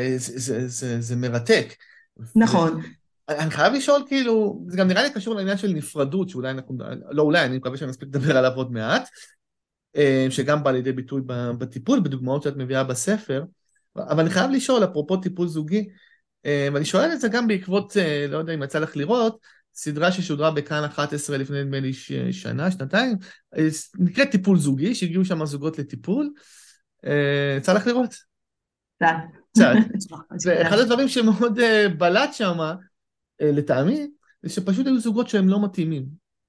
זה מרתק. נכון. אני חייב לשאול, כאילו, זה גם נראה לי קשור לעניין של נפרדות, שאולי אני מקווה שאני אספיק לדבר עליו עוד מעט, שגם בא לידי ביטוי בטיפול, בדוגמאות שאת מביאה בספר, אבל אני חייב לשאול, אפרופו טיפול זוגי, ואני שואל את זה גם בעקבות, לא יודע אם יצא לך לראות, סדרה ששודרה בכאן 11 לפני נדמה לי שנתיים, נקראת טיפול זוגי, שהגיעו שם זוגות לטיפול, יצא לך לראות? קצת. ואחד הדברים שמאוד בלט שם, לטעמי, זה שפשוט היו זוגות שהם לא מתאימים.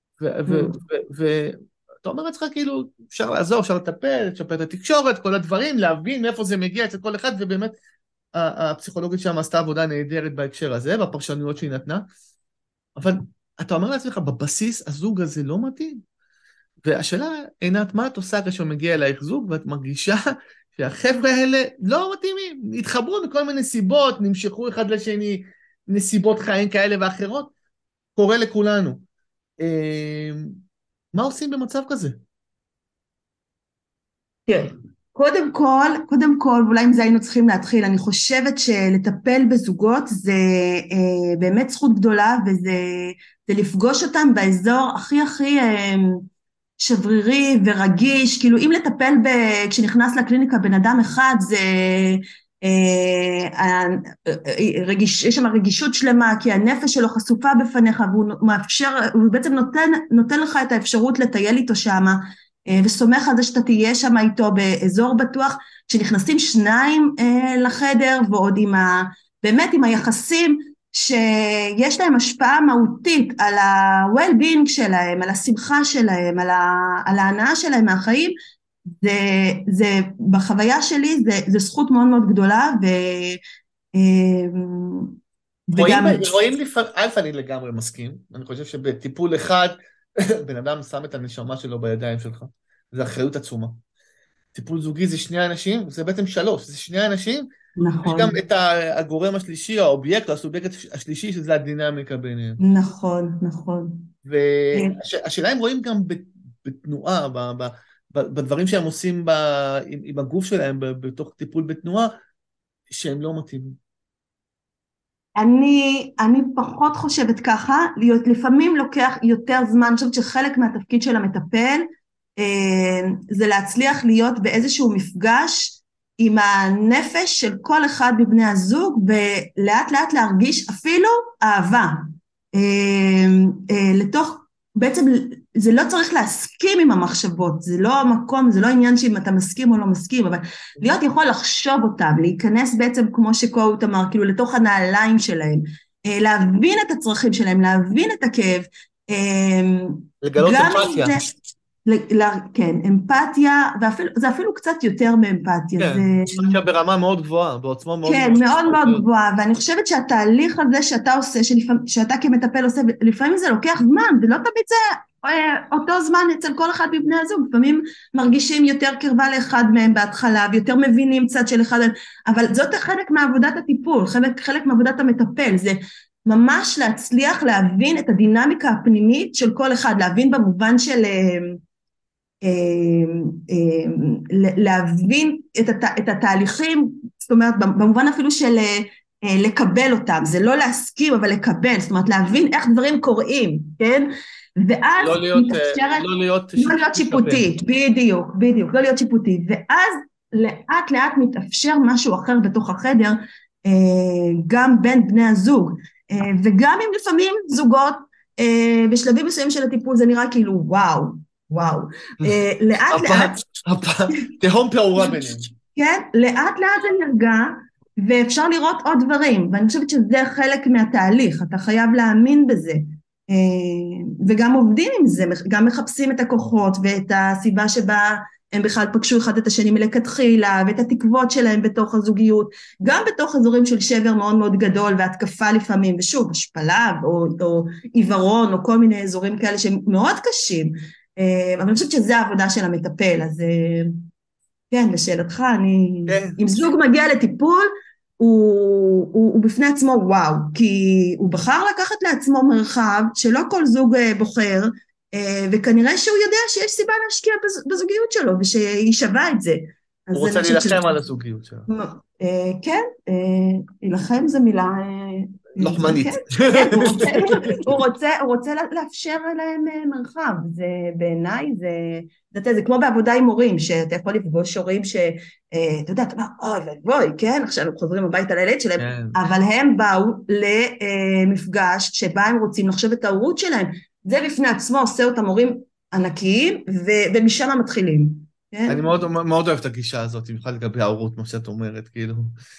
ואתה אומר לעצמך כאילו, אפשר לעזור, אפשר לטפל, לשפר את התקשורת, כל הדברים, להבין מאיפה זה מגיע אצל כל אחד, ובאמת הפסיכולוגית שם עשתה עבודה נהדרת בהקשר הזה, בפרשנויות שהיא נתנה, אבל אתה אומר לעצמך, בבסיס הזוג הזה לא מתאים. והשאלה, עינת, מה את עושה כשהוא מגיע אלייך זוג, ואת מרגישה שהחבר'ה האלה לא מתאימים, התחברו מכל מיני סיבות, נמשכו אחד לשני, נסיבות חיים כאלה ואחרות, קורה לכולנו. מה עושים במצב כזה? תראה, קודם כל, ואולי עם זה היינו צריכים להתחיל, אני חושבת שלטפל בזוגות זה באמת זכות גדולה, וזה לפגוש אותם באזור הכי שברירי ורגיש, כאילו אם לטפל כשנכנס לקליניקה בן אדם אחד, זה יש שם רגישות שלמה, כי הנפש שלו חשופה בפניך, והוא בעצם נותן לך את האפשרות לטייל איתו שם, וסומך על זה שאתה תהיה שם איתו באזור בטוח, כשנכנסים שניים לחדר, ועוד באמת עם היחסים, שיש להם השפעה מהותית על ה-well-being שלהם, על השמחה שלהם, על ההנאה שלהם מהחיים, זה בחוויה שלי, זה זכות מאוד מאוד גדולה, רואים אלף אני לגמרי מסכים, אני חושב שבטיפול אחד, בן אדם שם את הנשמה שלו בידיים שלך, זה אחריות עצומה. טיפול זוגי זה שני אנשים, זה בעצם שלוש, זה שני אנשים יש גם נכון, את הגורם השלישי, האובייקט, או הסובייקט השלישי, שזה הדינמיקה ביניהם. נכון, נכון. והשאלה אם רואים גם בתנועה, בדברים שהם עושים עם הגוף שלהם, בתוך טיפול בתנועה, שהם לא מתאימים. אני פחות חושבת ככה, לפעמים לוקח יותר זמן, אני חושבת שחלק מהתפקיד של המטפל זה להצליח להיות באיזשהו מפגש עם הנפש של כל אחד מבני הזוג, ולאט לאט להרגיש אפילו אהבה. לתוך, בעצם זה לא צריך להסכים עם המחשבות, זה לא המקום, זה לא עניין שאם אתה מסכים או לא מסכים, אבל להיות יכול לחשוב אותם, להיכנס בעצם כמו שקוט אמר, כאילו לתוך הנעליים שלהם, להבין את הצרכים שלהם, להבין את הכאב, לגלות גם אמפתיה. אם זה, כן, אמפתיה, זה אפילו קצת יותר מאמפתיה. כן, אמפתיה ברמה מאוד גבוהה, בעוצמה מאוד כן, גבוהה. מאוד מאוד גבוהה, ואני חושבת שהתהליך הזה שאתה עושה, שאתה כמטפל עושה, לפעמים זה לוקח זמן, ולא תמיד זה אותו זמן אצל כל אחד מבני הזוג, לפעמים מרגישים יותר קרבה לאחד מהם בהתחלה, ויותר מבינים צד של אחד, אבל זאת חלק מעבודת הטיפול, חלק מעבודת המטפל, זה ממש להצליח להבין את הדינמיקה הפנימית של כל אחד, להבין במובן של להבין את התהליכים, זאת אומרת במובן אפילו של לקבל אותם, זה לא להסכים אבל לקבל, זאת אומרת להבין איך דברים קורים, כן? ואז לא להיות שיפוטי, בדיוק, לא להיות שיפוטי, ואז לאט לאט מתאפשר משהו אחר בתוך החדר, גם בין בני הזוג, וגם אם לפעמים זוגות בשלבים מסוימים של הטיפול זה נראה כאילו וואו, לאט לאט, תהום פעורה ביניהם. כן, לאט לאט זה נרגע, ואפשר לראות עוד דברים, ואני חושבת שזה חלק מהתהליך, אתה חייב להאמין בזה, וגם עובדים עם זה, גם מחפשים את הכוחות, ואת הסיבה שבה הם בכלל פגשו אחד את השני מלכתחילה, ואת התקוות שלהם בתוך הזוגיות, גם בתוך אזורים של שבר מאוד מאוד גדול, והתקפה לפעמים, ושוב, השפלה, או עיוורון, או כל מיני אזורים כאלה שהם מאוד קשים, אבל אני חושבת שזה העבודה של המטפל, אז כן, לשאלתך, אם זוג מגיע לטיפול, הוא בפני עצמו וואו, כי הוא בחר לקחת לעצמו מרחב שלא כל זוג בוחר, וכנראה שהוא יודע שיש סיבה להשקיע בזוגיות שלו, ושהיא שווה את זה. הוא רוצה להילחם על הזוגיות שלו. כן, להילחם זו מילה לוחמנית. הוא רוצה לאפשר להם מרחב, זה בעיניי, זה כמו בעבודה עם הורים, שאתה יכול לפגוש הורים שאתה יודע, אתה אומר, אוי ובואי, כן, עכשיו הם חוזרים הביתה לילד שלהם, אבל הם באו למפגש שבה הם רוצים לחשוב את ההורות שלהם, זה בפני עצמו עושה אותם הורים ענקיים, ומשם מתחילים. אני מאוד אוהב את הגישה הזאת, במיוחד לגבי ההורות, מה שאת אומרת, כאילו.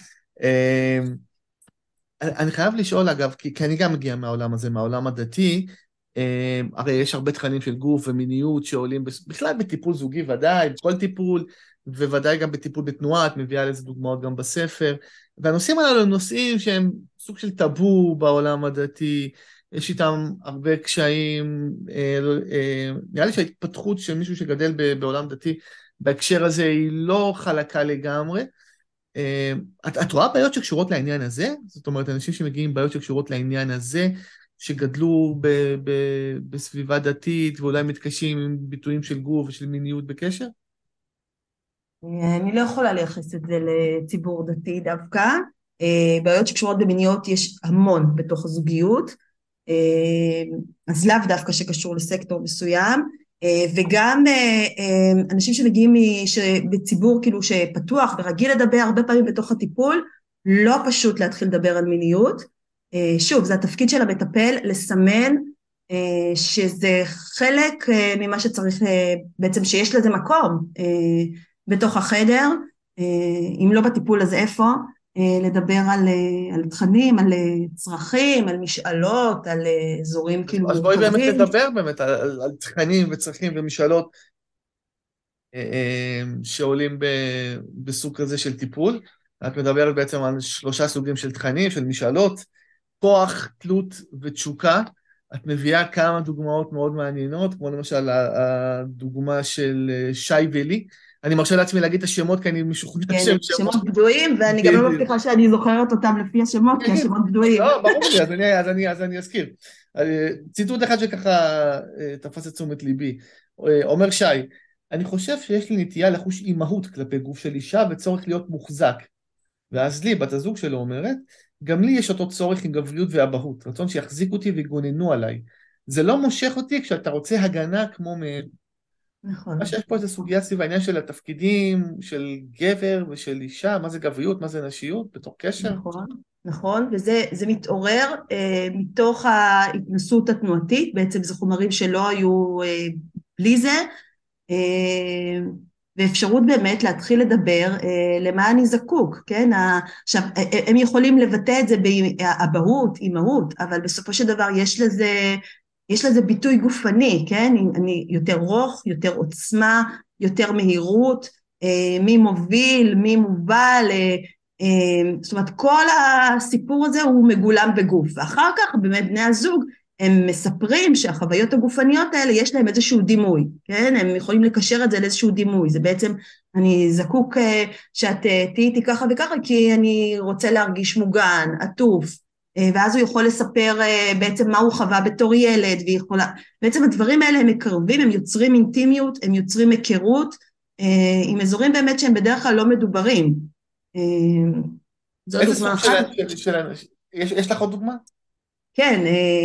אני חייב לשאול, אגב, כי אני גם מגיע מהעולם הזה, מהעולם הדתי, הרי יש הרבה תכנים של גוף ומיניות שעולים בכלל בטיפול זוגי ודאי, בכל טיפול, וודאי גם בטיפול בתנועה, את מביאה לזה דוגמאות גם בספר, והנושאים הללו הם נושאים שהם סוג של טאבו בעולם הדתי, יש איתם הרבה קשיים, נראה לי שההתפתחות של מישהו שגדל בעולם דתי, בהקשר הזה היא לא חלקה לגמרי, את רואה בעיות שקשורות לעניין הזה? זאת אומרת, אנשים שמגיעים בעיות שקשורות לעניין הזה, שגדלו בסביבה דתית, ואולי מתקשים עם ביטויים של גוף ושל מיניות בקשר? אני לא יכולה לייחס את זה לציבור דתי דווקא. בעיות שקשורות במיניות יש המון בתוך הזוגיות, אז לאו דווקא שקשור לסקטור מסוים, וגם אנשים שמגיעים בציבור כאילו שפתוח ורגיל לדבר הרבה פעמים בתוך הטיפול, לא פשוט להתחיל לדבר על מיניות. שוב, זה התפקיד של המטפל לסמן שזה חלק ממה שצריך, בעצם שיש לזה מקום בתוך החדר, אם לא בטיפול אז איפה, לדבר על תכנים, על צרכים, על משאלות, על אזורים כאילו מורכבים. אז בואי באמת נדבר באמת על תכנים וצרכים ומשאלות שעולים בסוג כזה של טיפול. את מדברת בעצם על 3 סוגים של תכנים, של משאלות, כוח, תלות ותשוקה. את מביאה כמה דוגמאות מאוד מעניינות, כמו למשל הדוגמה של שי ולי, אני מרשה לעצמי להגיד את השמות, כי אני משוכנע כן, שהם שמות בדויים, ואני גם לא מבטיחה שאני זוכרת אותם לפי השמות, כי השמות בדויים. לא, ברור לי, אז אני אזכיר. ציטוט אחד שככה תפס את תשומת ליבי. אומר שי, אני חושב שיש לי נטייה לחוש אימהות כלפי גוף של אישה וצורך להיות מוחזק. ואז לי, בת הזוג שלו אומרת, גם לי יש אותו צורך עם גבריות ואבהות, רצון שיחזיק אותי ויגוננו עליי. זה לא מושך אותי כשאתה רוצה הגנה כמו מהם. נכון. מה שיש פה איזו סוגיה סביב העניין של התפקידים, של גבר ושל אישה, מה זה גבריות, מה זה נשיות, בתור קשר. נכון, נכון, וזה מתעורר מתוך ההתנסות התנועתית, בעצם זה חומרים שלא היו בלי זה, ואפשרות באמת להתחיל לדבר למה אני זקוק, כן? עכשיו, הם יכולים לבטא את זה באבהות, אימהות, אבל בסופו של דבר יש לזה ביטוי גופני, כן? אני יותר רוך, יותר עוצמה, יותר מהירות, מי מוביל, מי מובל, זאת אומרת, כל הסיפור הזה הוא מגולם בגוף, ואחר כך באמת בני הזוג הם מספרים שהחוויות הגופניות האלה יש להם איזשהו דימוי, כן? הם יכולים לקשר את זה לאיזשהו דימוי, זה בעצם אני זקוק שאת תהיי איתי ככה וככה, כי אני רוצה להרגיש מוגן, עטוף, ואז הוא יכול לספר בעצם מה הוא חווה בתור ילד, בעצם הדברים האלה הם מקרבים, הם יוצרים אינטימיות, הם יוצרים היכרות, עם אזורים באמת שהם בדרך כלל לא מדוברים. איזה סוג של אנשים? יש לך עוד דוגמה? כן,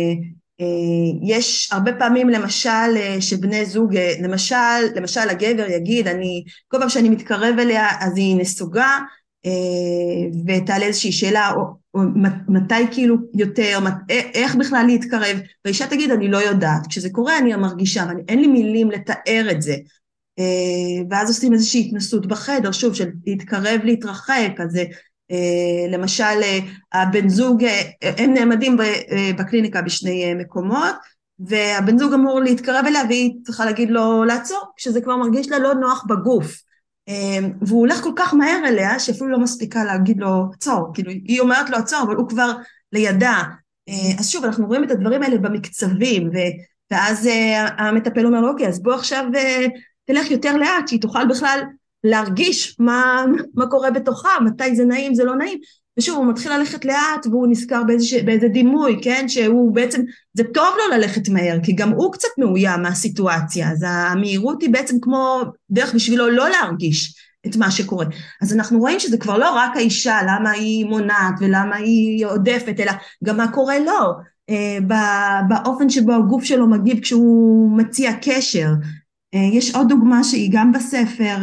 יש הרבה פעמים למשל שבני זוג, למשל הגבר יגיד, כל פעם שאני מתקרב אליה אז היא נסוגה, ותעלה איזושהי שאלה, או מתי כאילו יותר, איך בכלל להתקרב, והאישה תגיד אני לא יודעת, כשזה קורה אני מרגישה, אין לי מילים לתאר את זה, ואז עושים איזושהי התנסות בחדר, שוב, של להתקרב, להתרחק, אז למשל הבן זוג, הם נעמדים בקליניקה בשני מקומות, והבן זוג אמור להתקרב אליה, והיא צריכה להגיד לו לעצור, כשזה כבר מרגיש לה לא נוח בגוף, והוא הולך כל כך מהר אליה, שאפילו לא מספיקה להגיד לו עצור, כאילו היא אומרת לו עצור, אבל הוא כבר לידה, אז שוב, אנחנו רואים את הדברים האלה במקצבים, ואז המטפל אומר לו, אוקיי, אז בוא עכשיו תלך יותר לאט, שהיא תוכל בכלל להרגיש מה קורה בתוכה, מתי זה נעים, זה לא נעים, ושוב, הוא מתחיל ללכת לאט, והוא נזכר באיזה דימוי, כן, שהוא בעצם, זה טוב לו ללכת מהר, כי גם הוא קצת מאוים מהסיטואציה, אז המהירות היא בעצם כמו דרך בשבילו לא להרגיש את מה שקורה, אז אנחנו רואים שזה כבר לא רק האישה, למה היא מונעת, ולמה היא עודפת, אלא גם מה קורה לו, באופן שבו הגוף שלו מגיב, כשהוא מציע קשר, יש עוד דוגמה שהיא גם בספר,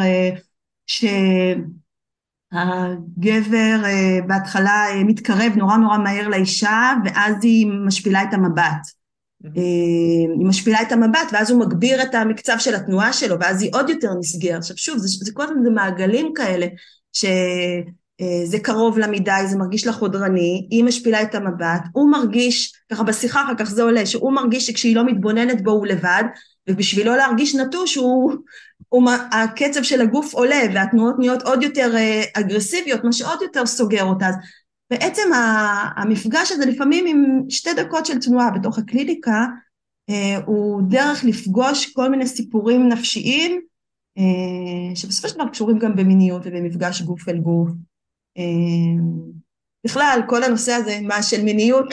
שהגבר בהתחלה מתקרב נורא נורא מהר לאישה, ואז היא משפילה את המבט. היא משפילה את המבט, ואז הוא מגביר את המקצב של התנועה שלו, ואז היא עוד יותר נסגר. עכשיו שוב, זה כל הזמן זה מעגלים כאלה, שזה קרוב למידי, זה מרגיש לחודרני, היא משפילה את המבט, הוא מרגיש, ככה בשיחה אחר כך זה עולה, שהוא מרגיש שכשהיא לא מתבוננת בו הוא לבד, ובשבילו להרגיש נטוש, הקצב של הגוף עולה, והתנועות נהיות עוד יותר אגרסיביות, מה שעוד יותר סוגר אותה. אז בעצם המפגש הזה לפעמים עם 2 דקות של תנועה בתוך הקליניקה, הוא דרך לפגוש כל מיני סיפורים נפשיים, שבסופו של דבר קשורים גם במיניות ובמפגש גוף אל גוף. בכלל, כל הנושא הזה, מה של מיניות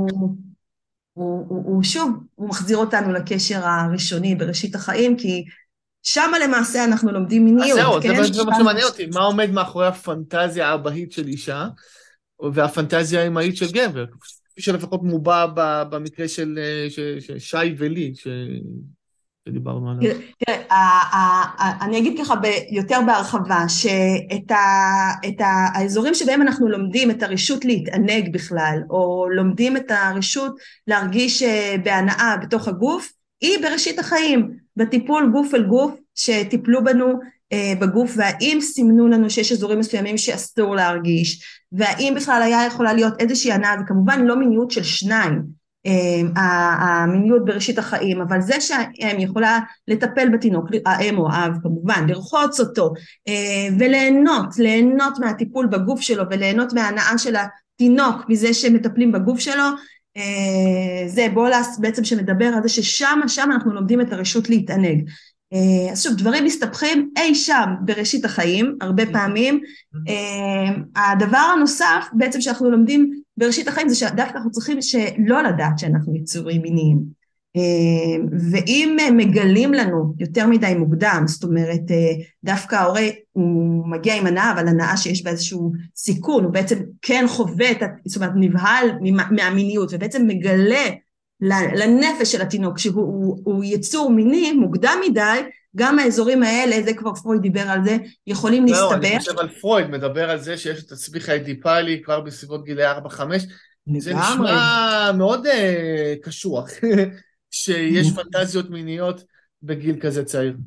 הוא שוב, הוא מחזיר אותנו לקשר הראשוני בראשית החיים, כי שם למעשה אנחנו לומדים מיניות. אז זהו, זה מה שמעניין אותי, מה עומד מאחורי הפנטזיה האבהית של אישה, והפנטזיה האמהית של גבר, כפי שלפחות מובע במקרה של שי ולי, שדיברנו עליו. אני אגיד ככה יותר בהרחבה, שאת האזורים שבהם אנחנו לומדים את הרשות להתענג בכלל, או לומדים את הרשות להרגיש בהנאה בתוך הגוף, היא בראשית החיים, בטיפול גוף אל גוף, שטיפלו בנו בגוף, והאם סימנו לנו שיש אזורים מסוימים שאסור להרגיש, והאם בכלל היה יכולה להיות איזושהי הנאה, וכמובן לא מיניות של שניים, המיניות בראשית החיים, אבל זה שהאם יכולה לטפל בתינוק, האם או האב כמובן, לרחוץ אותו, וליהנות מהטיפול בגוף שלו, וליהנות מההנאה של התינוק, מזה שמטפלים בגוף שלו, זה בולס בעצם שמדבר על זה ששם אנחנו לומדים את הרשות להתענג. אז שוב, דברים מסתבכים אי שם בראשית החיים, הרבה פעמים. הדבר הנוסף בעצם שאנחנו לומדים בראשית החיים זה שדווקא אנחנו צריכים שלא לדעת שאנחנו יצורים מיניים. ואם מגלים לנו יותר מדי מוקדם, זאת אומרת, דווקא ההורה הוא מגיע עם הנאה, אבל הנאה שיש בה איזשהו סיכון, הוא בעצם כן חווה, זאת אומרת, נבהל מהמיניות, ובעצם מגלה לנפש של התינוק, שהוא יצור מיני מוקדם מדי, גם האזורים האלה, זה כבר פרויד דיבר על זה, יכולים להסתבך. לא, אני חושב על פרויד, מדבר על זה שיש את הצמיח האדיפלי כבר בסביבות גילי 4-5, זה נשמע מאוד קשוח, שיש פנטזיות מיניות בגיל כזה צעיר.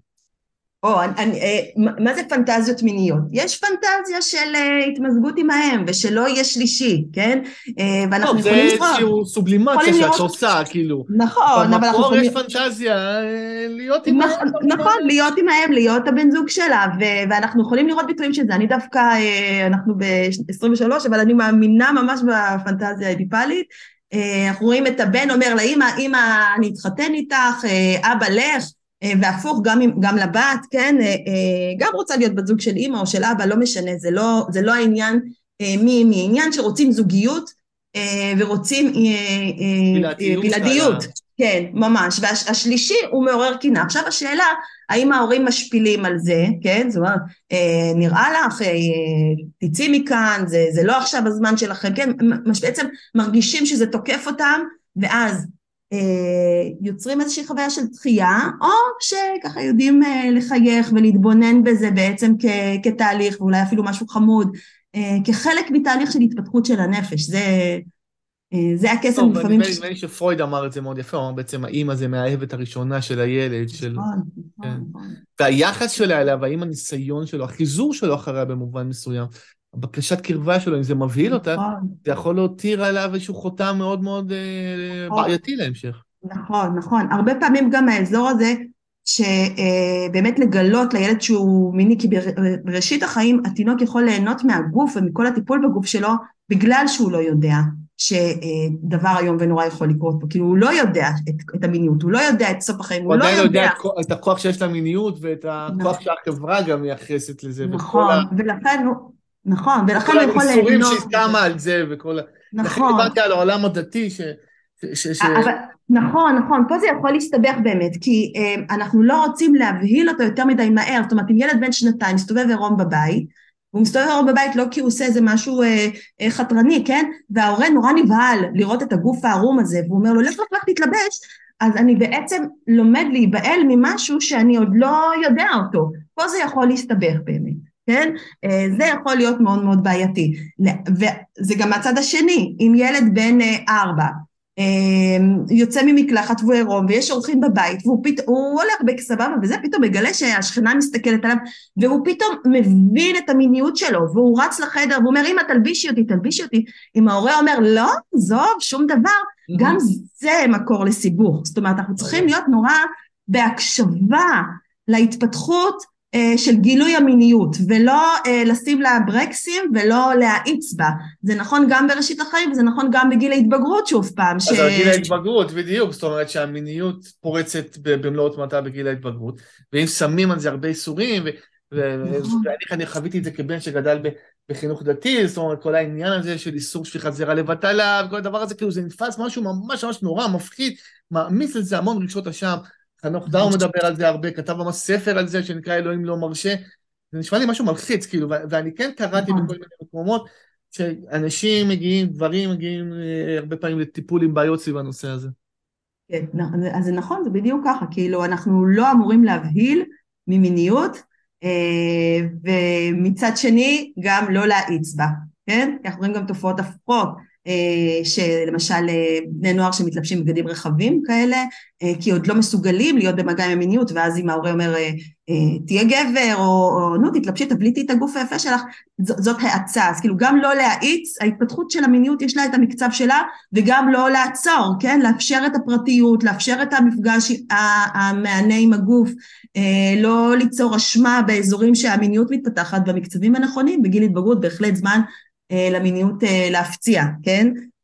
מה זה פנטזיות מיניות? יש פנטזיה של התמזגות עם האם, ושלא יהיה שלישי, כן? טוב, זה איזשהו סובלימציה שאת עושה, כאילו. נכון, אבל במקור יש פנטזיה להיות עם האם. נכון, להיות עם האם, להיות הבן זוג שלה, ואנחנו יכולים לראות ביטויים של זה. אני דווקא, אנחנו ב-23, אבל אני מאמינה ממש בפנטזיה האדיפלית. אנחנו רואים את הבן אומר לאמא, אמא, אני אתחתן איתך, אבא לך, והפוך גם לבת, כן, גם רוצה להיות בת זוג של אמא או של אבא, לא משנה, זה לא העניין מעניין שרוצים זוגיות ורוצים בלעדיות, כן, ממש, והשלישי הוא מעורר קנאה. עכשיו השאלה, האם ההורים משפילים על זה, כן, זאת אומרת, נראה לך, תצאי מכאן, זה לא עכשיו הזמן שלכם, כן, בעצם מרגישים שזה תוקף אותם, ואז יוצרים איזושהי חוויה של דחייה, או שככה יודעים לחייך ולהתבונן בזה בעצם כתהליך, ואולי אפילו משהו חמוד, כחלק מתהליך של התפתחות של הנפש. זה הקסם לפעמים. נדמה לי שפרויד אמר את זה מאוד יפה, הוא אמר בעצם האמא זה מהאהבת הראשונה של הילד, והיחס שלה אליה, והאם הניסיון שלו, החיזור שלו אחריה במובן מסוים, בקשת קרבה שלו, אם זה מבהיל אותה, זה יכול להותיר עליו איזשהו חותם מאוד מאוד בעייתי להמשך. נכון. הרבה פעמים גם האזור הזה, שבאמת לגלות לילד שהוא מיני, כי בראשית החיים התינוק יכול ליהנות מהגוף ומכל הטיפול בגוף שלו, בגלל שהוא לא יודע שדבר היום ונורא יכול לקרות פה, כאילו הוא לא יודע את המיניות, הוא לא יודע את סוף החיים, הוא עדיין לא יודע את הכוח שיש למיניות, ואת הכוח שהחברה גם מייחסת לזה. נכון, ולכן הוא יכול ליהנות. איסורים שהסכמה על זה, וכל... לכן דיברתי על העולם הדתי, נכון, פה זה יכול להסתבך באמת, כי אנחנו לא רוצים להבהיל אותו יותר מדי מהר, זאת אומרת, אם ילד בן שנתיים מסתובב עירום בבית, הוא מסתובב עירום בבית לא כי הוא עושה איזה משהו חתרני, כן? וההורה נורא נבהל לראות את הגוף הערום הזה, והוא אומר לו, לך תתלבש, אז אני בעצם לומד להיבהל ממשהו שאני עוד לא יודע אותו, פה זה יכול להסתבך באמת. כן? זה יכול להיות מאוד מאוד בעייתי, וזה גם מהצד השני, אם ילד בן 4, יוצא ממקלחת והוא עירום, ויש אורחים בבית, והוא הולך בסבבה, וזה פתאום מגלה שהשכנה מסתכלת עליו, והוא פתאום מבין את המיניות שלו, והוא רץ לחדר, והוא אומר, אמא תלבישי אותי, אם ההורה אומר, לא, זוב, שום דבר, גם זה מקור לסיבוך, זאת אומרת, אנחנו צריכים להיות נורא בהקשבה להתפתחות, של גילוי המיניות, ולא לשים לה ברקסים ולא להאיץ בה. זה נכון גם בראשית החיים, וזה נכון גם בגיל ההתבגרות שוב פעם. אז בגיל ההתבגרות, בדיוק, זאת אומרת שהמיניות פורצת במלוא עוצמתה בגיל ההתבגרות, ואם שמים על זה הרבה איסורים, ואני חוויתי את זה כבן שגדל בחינוך דתי, זאת אומרת, כל העניין הזה של איסור שפיכת זרע לבטלה, וכל הדבר הזה, כאילו זה נתפס משהו ממש ממש נורא, מפחיד, מעמיס על זה המון רגשות אשם, חנוך דאו מדבר על זה הרבה, כתב ממש ספר על זה שנקרא אלוהים לא מרשה, זה נשמע לי משהו מלחיץ, כאילו, ואני כן קראתי בכל מיני מקומות, שאנשים מגיעים, דברים מגיעים הרבה פעמים לטיפול עם בעיות סביב הנושא הזה. כן, אז זה נכון, זה בדיוק ככה, כאילו אנחנו לא אמורים להבהיל ממיניות, ומצד שני גם לא להאיץ בה, כן? כי אנחנו רואים גם תופעות הפוכות, שלמשל בני נוער שמתלבשים בגדים רחבים כאלה, כי עוד לא מסוגלים להיות במגע עם המיניות, ואז אם ההורה אומר, תהיה גבר, או נו, תתלבשי, תבליטי את הגוף היפה שלך, זאת האצה, אז כאילו גם לא להאיץ, ההתפתחות של המיניות יש לה את המקצב שלה, וגם לא לעצור, כן? לאפשר את הפרטיות, לאפשר את המפגש המענה עם הגוף, לא ליצור אשמה באזורים שהמיניות מתפתחת במקצבים הנכונים, בגיל התבגרות בהחלט זמן, למיניות להפציע, כן?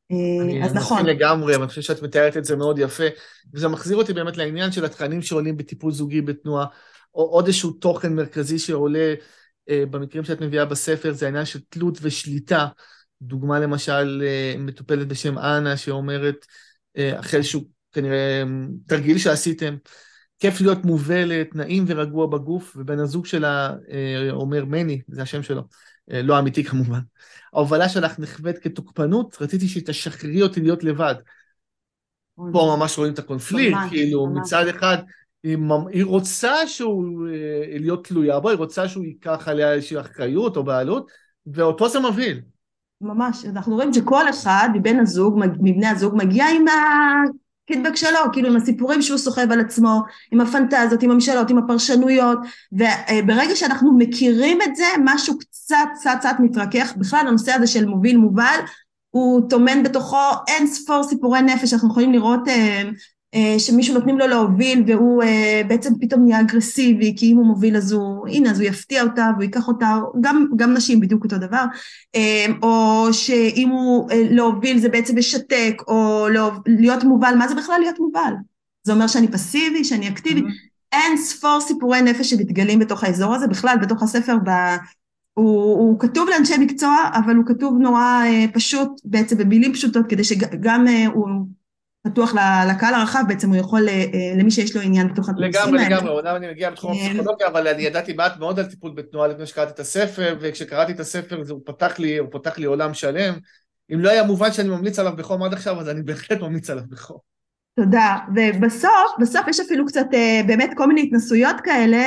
אני אז מסכים נכון. לגמרי, אני חושב שאת מתארת את זה מאוד יפה, וזה מחזיר אותי באמת לעניין של התכנים שעולים בטיפול זוגי בתנועה, או עוד איזשהו תוכן מרכזי שעולה במקרים שאת מביאה בספר, זה העניין של תלות ושליטה. דוגמה למשל, מטופלת בשם אנה, שאומרת, אחרי איזשהו כנראה תרגיל שעשיתם, כיף להיות מובלת, נעים ורגוע בגוף, ובן הזוג שלה אומר מני, זה השם שלו, לא אמיתי כמובן. ההובלה שלך נחווית כתוקפנות, רציתי שתשחררי אותי להיות לבד. פה ממש רואים את הקונפליקט, ממש, כאילו ממש. מצד אחד היא רוצה שהוא להיות תלויה בו, היא רוצה שהוא ייקח עליה איזושהי אחריות או בעלות, ואותו זה מבהיל. ממש, אנחנו רואים שכל אחד מבני הזוג מגיע עם הקידבק שלו, כאילו עם הסיפורים שהוא סוחב על עצמו, עם הפנטזיות, עם המשאלות, עם הפרשנויות, וברגע שאנחנו מכירים את זה, משהו קצת מתרכך, בכלל הנושא הזה של מוביל מובל, הוא טומן בתוכו אין ספור סיפורי נפש, אנחנו יכולים לראות שמישהו נותנים לו להוביל, והוא בעצם פתאום נהיה אגרסיבי, כי אם הוא מוביל אז הוא יפתיע אותה, והוא ייקח אותה, גם נשים בדיוק אותו דבר, או שאם הוא להוביל זה בעצם משתק, או להיות מובל, מה זה בכלל להיות מובל? זה אומר שאני פסיבי, שאני אקטיבי, אין ספור סיפורי נפש שמתגלים בתוך האזור הזה, בכלל בתוך הספר, הוא כתוב לאנשי מקצוע, אבל הוא כתוב נורא פשוט, בעצם במילים פשוטות, כדי שגם הוא פתוח לקהל הרחב, בעצם הוא יכול, למי שיש לו עניין בתוך הנושאים האלה. לגמרי, אומנם אני מגיע בתחום הפסיכולוגיה, אבל אני ידעתי מעט מאוד על טיפול בתנועה לפני שקראתי את הספר, וכשקראתי את הספר הוא פתח לי עולם שלם. אם לא היה מובן שאני ממליץ עליו בחום עד עכשיו, אז אני בהחלט ממליץ עליו בחום. תודה, ובסוף יש אפילו קצת באמת כל מיני התנסויות כאלה,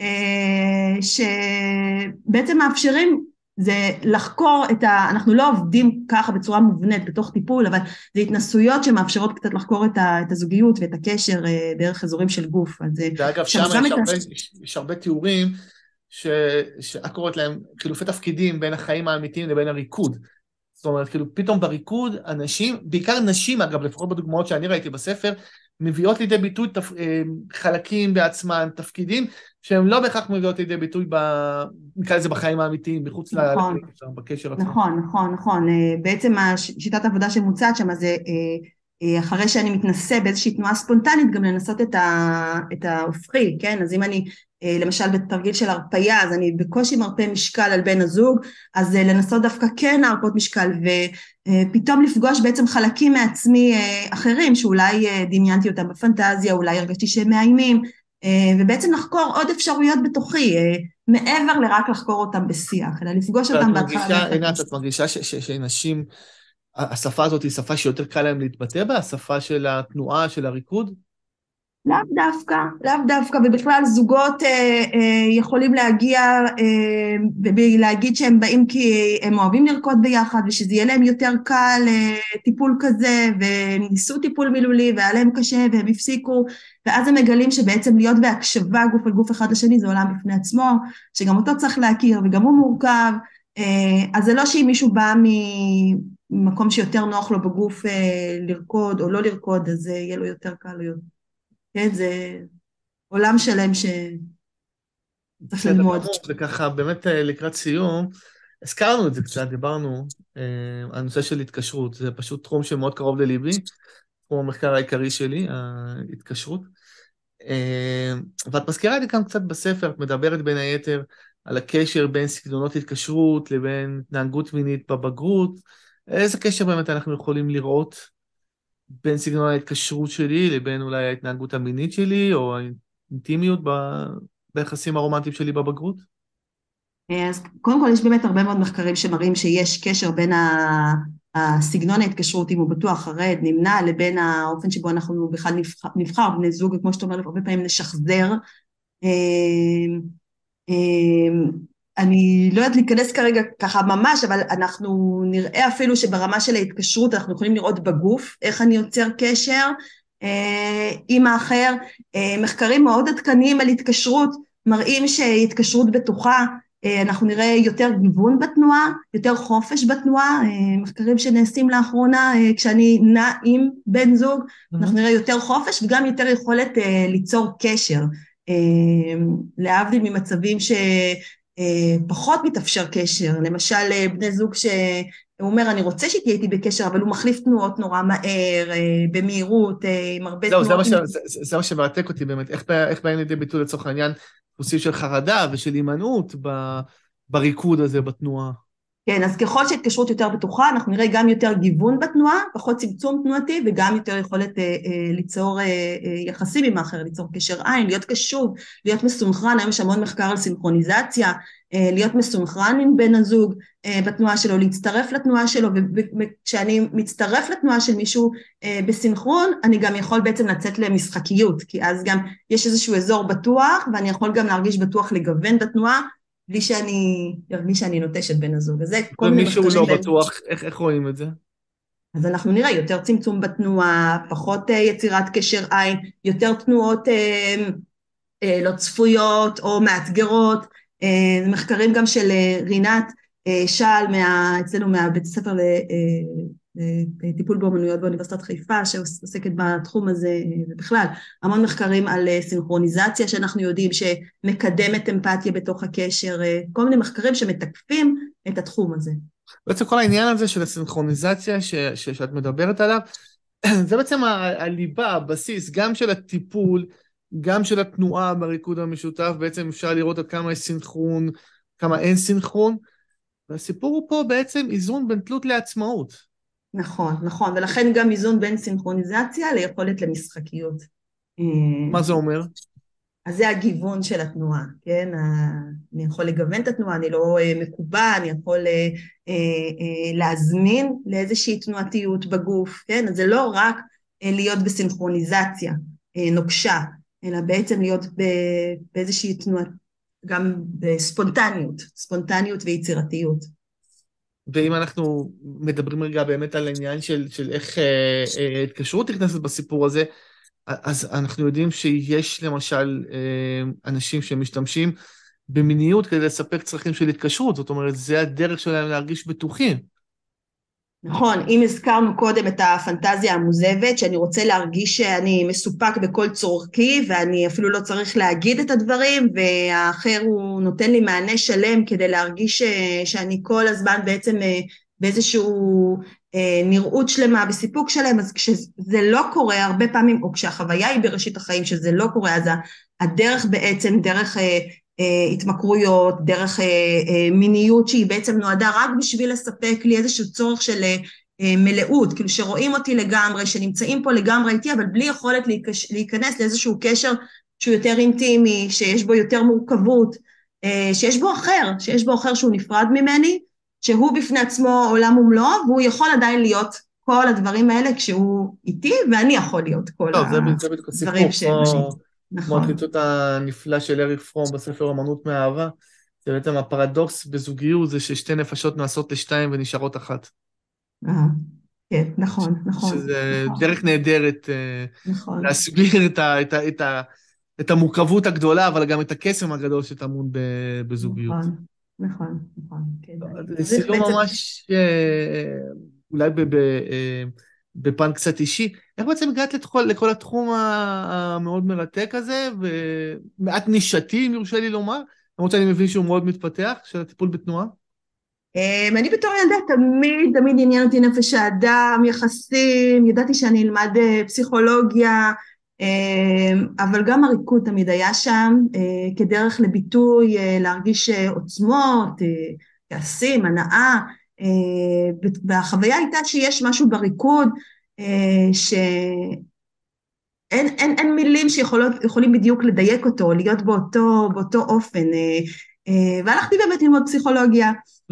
שבעצם מאפשרים, זה לחקור אנחנו לא עובדים ככה בצורה מובנית בתוך טיפול, אבל זה התנסויות שמאפשרות קצת לחקור את הזוגיות ואת הקשר דרך אזורים של גוף. ואגב, שם יש הרבה תיאורים שאת קוראת להם חילופי תפקידים בין החיים האמיתיים לבין הריקוד. זאת אומרת, כאילו פתאום בריקוד אנשים, בעיקר נשים אגב, לפחות בדוגמאות שאני ראיתי בספר, מביאות לידי ביטוי חלקים בעצמם, תפקידים, שהם לא בהכרח מביאות לידי ביטוי, נקרא לזה בחיים האמיתיים, מחוץ בקשר עצמו. נכון. בעצם שיטת העבודה שמוצעת שם, זה אחרי שאני מתנסה באיזושהי תנועה ספונטנית, גם לנסות את ההופכי, כן? אז אם אני, למשל בתרגיל של הרפיה, אז אני בקושי מרפא משקל על בן הזוג, אז לנסות דווקא כן להרפות משקל, ופתאום לפגוש בעצם חלקים מעצמי אחרים, שאולי דמיינתי אותם בפנטזיה, אולי הרגשתי שהם מאיימים, ובעצם לחקור עוד אפשרויות בתוכי, מעבר לרק לחקור אותם בשיח, אלא לפגוש אותם בהתחלה. עינת, את מרגישה שנשים, השפה הזאת היא שפה שיותר קל להם להתבטא בה, השפה של התנועה, של הריקוד? לאו דווקא, ובכלל זוגות יכולים להגיע ולהגיד שהם באים כי הם אוהבים לרקוד ביחד, ושזה יהיה להם יותר קל טיפול כזה, והם ניסו טיפול מילולי והיה להם קשה והם הפסיקו, ואז הם מגלים שבעצם להיות בהקשבה גוף על גוף אחד לשני זה עולם בפני עצמו, שגם אותו צריך להכיר וגם הוא מורכב, אז זה לא שאם מישהו בא ממקום שיותר נוח לו בגוף לרקוד או לא לרקוד, אז יהיה לו יותר קל להיות. כן, זה עולם שלם שצריך ללמוד. וככה, באמת לקראת סיום, הזכרנו את זה קצת, דיברנו על נושא של התקשרות, זה פשוט תחום שמאוד קרוב לליבי, תחום המחקר העיקרי שלי, ההתקשרות. ואת מזכירה לי כאן קצת בספר, את מדברת בין היתר על הקשר בין סגנונות התקשרות לבין התנהגות מינית בבגרות, איזה קשר באמת אנחנו יכולים לראות בין סגנון ההתקשרות שלי לבין אולי ההתנהגות המינית שלי, או האינטימיות ביחסים הרומנטיים שלי בבגרות? אז קודם כל יש באמת הרבה מאוד מחקרים שמראים שיש קשר בין הסגנון ההתקשרות, אם הוא בטוח, חרד, נמנע, לבין האופן שבו אנחנו בכלל נבחר בני זוג, וכמו שאתה אומר, הרבה פעמים נשחזר. אני לא יודעת להיכנס כרגע ככה ממש, אבל אנחנו נראה אפילו שברמה של ההתקשרות, אנחנו יכולים לראות בגוף, איך אני יוצר קשר עם האחר. מחקרים מאוד עדכניים על התקשרות, מראים שהתקשרות בטוחה, אנחנו נראה יותר גיוון בתנועה, יותר חופש בתנועה, מחקרים שנעשים לאחרונה, כשאני נע עם בן זוג, אנחנו נראה יותר חופש, וגם יותר יכולת ליצור קשר, להבדיל ממצבים פחות מתאפשר קשר, למשל בני זוג הוא אומר, אני רוצה שתהיה איתי בקשר, אבל הוא מחליף תנועות נורא מהר, במהירות, עם הרבה זהו, תנועות. זה מה שמעתק אותי באמת, איך באים לידי ביטוי לצורך העניין, דפוסים של חרדה ושל הימנעות בריקוד הזה בתנועה. כן, אז ככל שהתקשרות יותר בטוחה, אנחנו נראה גם יותר גיוון בתנועה, פחות צמצום תנועתי, וגם יותר יכולת ליצור יחסים עם האחר, ליצור קשר עין, להיות קשוב, להיות מסונכרן, היום יש המון מחקר על סינכרוניזציה, להיות מסונכרן עם בן הזוג בתנועה שלו, להצטרף לתנועה שלו, וכשאני מצטרף לתנועה של מישהו בסינכרון, אני גם יכול בעצם לצאת למשחקיות, כי אז גם יש איזשהו אזור בטוח, ואני יכול גם להרגיש בטוח לגוון בתנועה, בלי שאני ארגיש שאני נוטשת בן הזוג. אז זה כל מיני מחקרים. ומישהו לא בטוח, איך רואים את זה? אז אנחנו נראה יותר צמצום בתנועה, פחות יצירת קשר עין, יותר תנועות לא צפויות או מאתגרות. מחקרים גם של רינת שעל אצלנו מהבית הספר לטיפול באומנויות באוניברסיטת חיפה, שעוסקת בתחום הזה, ובכלל, המון מחקרים על סינכרוניזציה שאנחנו יודעים שמקדמת אמפתיה בתוך הקשר, כל מיני מחקרים שמתקפים את התחום הזה. בעצם כל העניין הזה של הסינכרוניזציה שאת מדברת עליו, זה בעצם הליבה, הבסיס, גם של הטיפול, גם של התנועה בריקוד המשותף, בעצם אפשר לראות עד כמה יש סינכרון, כמה אין סינכרון, והסיפור הוא פה בעצם איזון בין תלות לעצמאות. נכון, נכון, ולכן גם איזון בין סינכרוניזציה ליכולת למשחקיות. מה זה אומר? אז זה הגיוון של התנועה, כן? אני יכול לגוון את התנועה, אני לא מקובע, אני יכול להזמין לאיזושהי תנועתיות בגוף, כן? אז זה לא רק להיות בסינכרוניזציה נוקשה, אלא בעצם להיות באיזושהי תנועה, גם בספונטניות, ספונטניות ויצירתיות. ואם אנחנו מדברים רגע באמת על העניין של איך התקשרות נכנסת בסיפור הזה, אז אנחנו יודעים שיש למשל אנשים שמשתמשים במיניות כדי לספק צרכים של התקשרות, זאת אומרת, זה הדרך שלהם להרגיש בטוחים. נכון, אם הזכרנו קודם את הפנטזיה המוזבת, שאני רוצה להרגיש שאני מסופק בכל צורכי, ואני אפילו לא צריך להגיד את הדברים, והאחר הוא נותן לי מענה שלם כדי להרגיש שאני כל הזמן בעצם באיזשהו נראות שלמה, בסיפוק שלם, אז כשזה לא קורה הרבה פעמים, או כשהחוויה היא בראשית החיים שזה לא קורה, אז הדרך בעצם, דרך התמכרויות, דרך מיניות שהיא בעצם נועדה רק בשביל לספק לי איזשהו צורך של מלאות, כאילו שרואים אותי לגמרי, שנמצאים פה לגמרי איתי, אבל בלי יכולת להיכנס לאיזשהו קשר שהוא יותר אינטימי, שיש בו יותר מורכבות, שיש בו אחר שהוא נפרד ממני, שהוא בפני עצמו עולם ומלואו, והוא יכול עדיין להיות כל הדברים האלה כשהוא איתי, ואני יכול להיות כל הדברים שהם כמו הציטוט הנפלא של אריק פרום בספר אמנות מאהבה, זה בעצם הפרדוקס בזוגיות, זה ששתי נפשות נעשות לשתיים ונשארות אחת. כן, נכון. שזה דרך נהדרת להסביר את המורכבות הגדולה, אבל גם את הקסם הגדול שטמון בזוגיות. נכון. לסיום ממש, אולי בפן קצת אישי, איך בעצם הגעת לכל התחום המאוד מרתק הזה, ומעט נישתי, אם יורשה לי לומר, למרות שאני מבין שהוא מאוד מתפתח, של הטיפול בתנועה? אני בתור ילדה תמיד עניין אותי נפש האדם, יחסים, ידעתי שאני אלמד פסיכולוגיה, אבל גם הריקוד תמיד היה שם, כדרך לביטוי, להרגיש עוצמות, כעסים, הנאה, והחוויה הייתה שיש משהו בריקוד, אין מילים שיכולים בדיוק לדייק אותו, להיות באותו אופן, והלכתי באמת ללמוד פסיכולוגיה,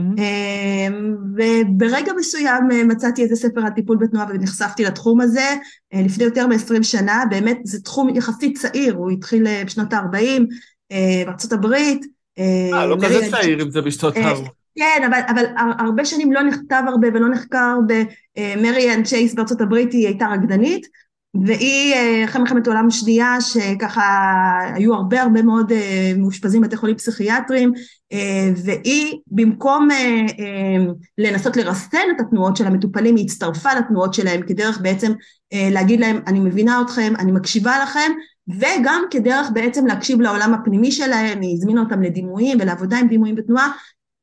וברגע מסוים מצאתי איזה ספר על טיפול בתנועה ונחשפתי לתחום הזה, לפני יותר מ-20 שנה, באמת זה תחום יחסית צעיר, הוא התחיל בשנות ה-40 בארצות הברית. לא כזה צעיר אם זה בשנות ה-40. כן, אבל הרבה שנים לא נכתב הרבה ולא נחקר במרי אנד צ'ייס בארצות הברית, היא הייתה רקדנית, והיא אחרי מלחמת העולם השנייה שככה היו הרבה מאוד מאושפזים בתי חולים פסיכיאטריים, והיא במקום לנסות לרסן את התנועות של המטופלים, היא הצטרפה לתנועות שלהם כדרך בעצם להגיד להם אני מבינה אתכם, אני מקשיבה לכם, וגם כדרך בעצם להקשיב לעולם הפנימי שלהם, היא הזמינה אותם לדימויים ולעבודה עם דימויים בתנועה,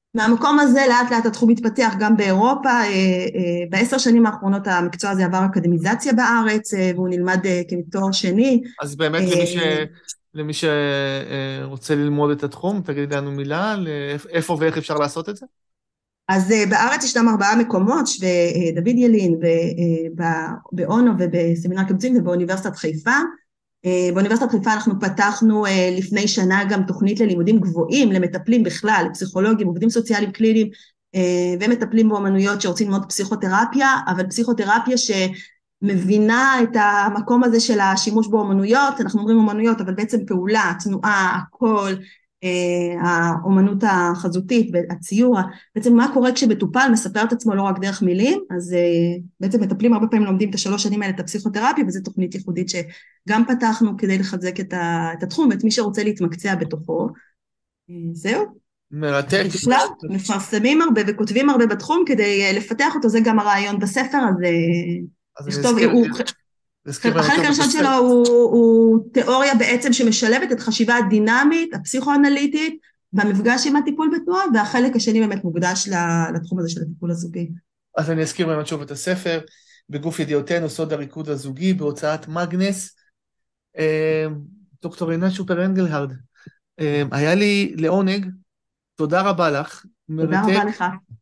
מהמקום הזה לאט לאט התחום התפתח גם באירופה, ב10 שנים האחרונות המקצוע הזה עבר אקדמיזציה בארץ, והוא נלמד כתואר שני. אז באמת למי שרוצה ללמוד את התחום, תגידי לנו מילה, איפה ואיך אפשר לעשות את זה? אז בארץ ישנם 4 מקומות, דוד ילין, באונו ובסמינר קיבוצים ובאוניברסיטת חיפה. באוניברסיטת חיפה אנחנו פתחנו לפני שנה גם תוכנית ללימודים גבוהים, למטפלים בכלל, לפסיכולוגים, עובדים סוציאליים קליניים, ומטפלים באומנויות שרוצים ללמוד פסיכותרפיה, אבל פסיכותרפיה שמבינה את המקום הזה של השימוש באומנויות, אנחנו אומרים אומנויות, אבל בעצם פעולה, תנועה, הכל, האומנות החזותית והציור, בעצם מה קורה כשמטופל מספר את עצמו לא רק דרך מילים, אז בעצם מטפלים הרבה פעמים לומדים את ה3 שנים האלה את הפסיכותרפיה, וזו תוכנית ייחודית שגם פתחנו כדי לחזק את התחום, ואת מי שרוצה להתמקצע בתוכו. זהו. מרתק. בכלל, מפרסמים הרבה וכותבים הרבה בתחום כדי לפתח אותו, זה גם הרעיון בספר, אז לכתוב, החלק הראשון שלו הוא תיאוריה בעצם שמשלבת את חשיבה הדינמית, הפסיכואנליטית, במפגש עם הטיפול בתנועה, והחלק השני באמת מוקדש לתחום הזה של הטיפול הזוגי. אז אני אזכיר באמת שוב את הספר, בגוף ידיעותינו, סוד הריקוד הזוגי, בהוצאת מגנס. דוקטור עינת שופר אנגלהרד, היה לי לעונג, תודה רבה לך. תודה רבה לך.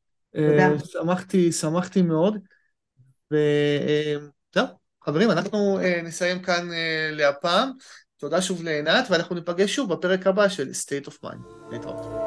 שמחתי מאוד, וזהו. חברים, אנחנו נסיים כאן להפעם. תודה שוב לעינת, ואנחנו ניפגש שוב בפרק הבא של State of Mind. להתראות.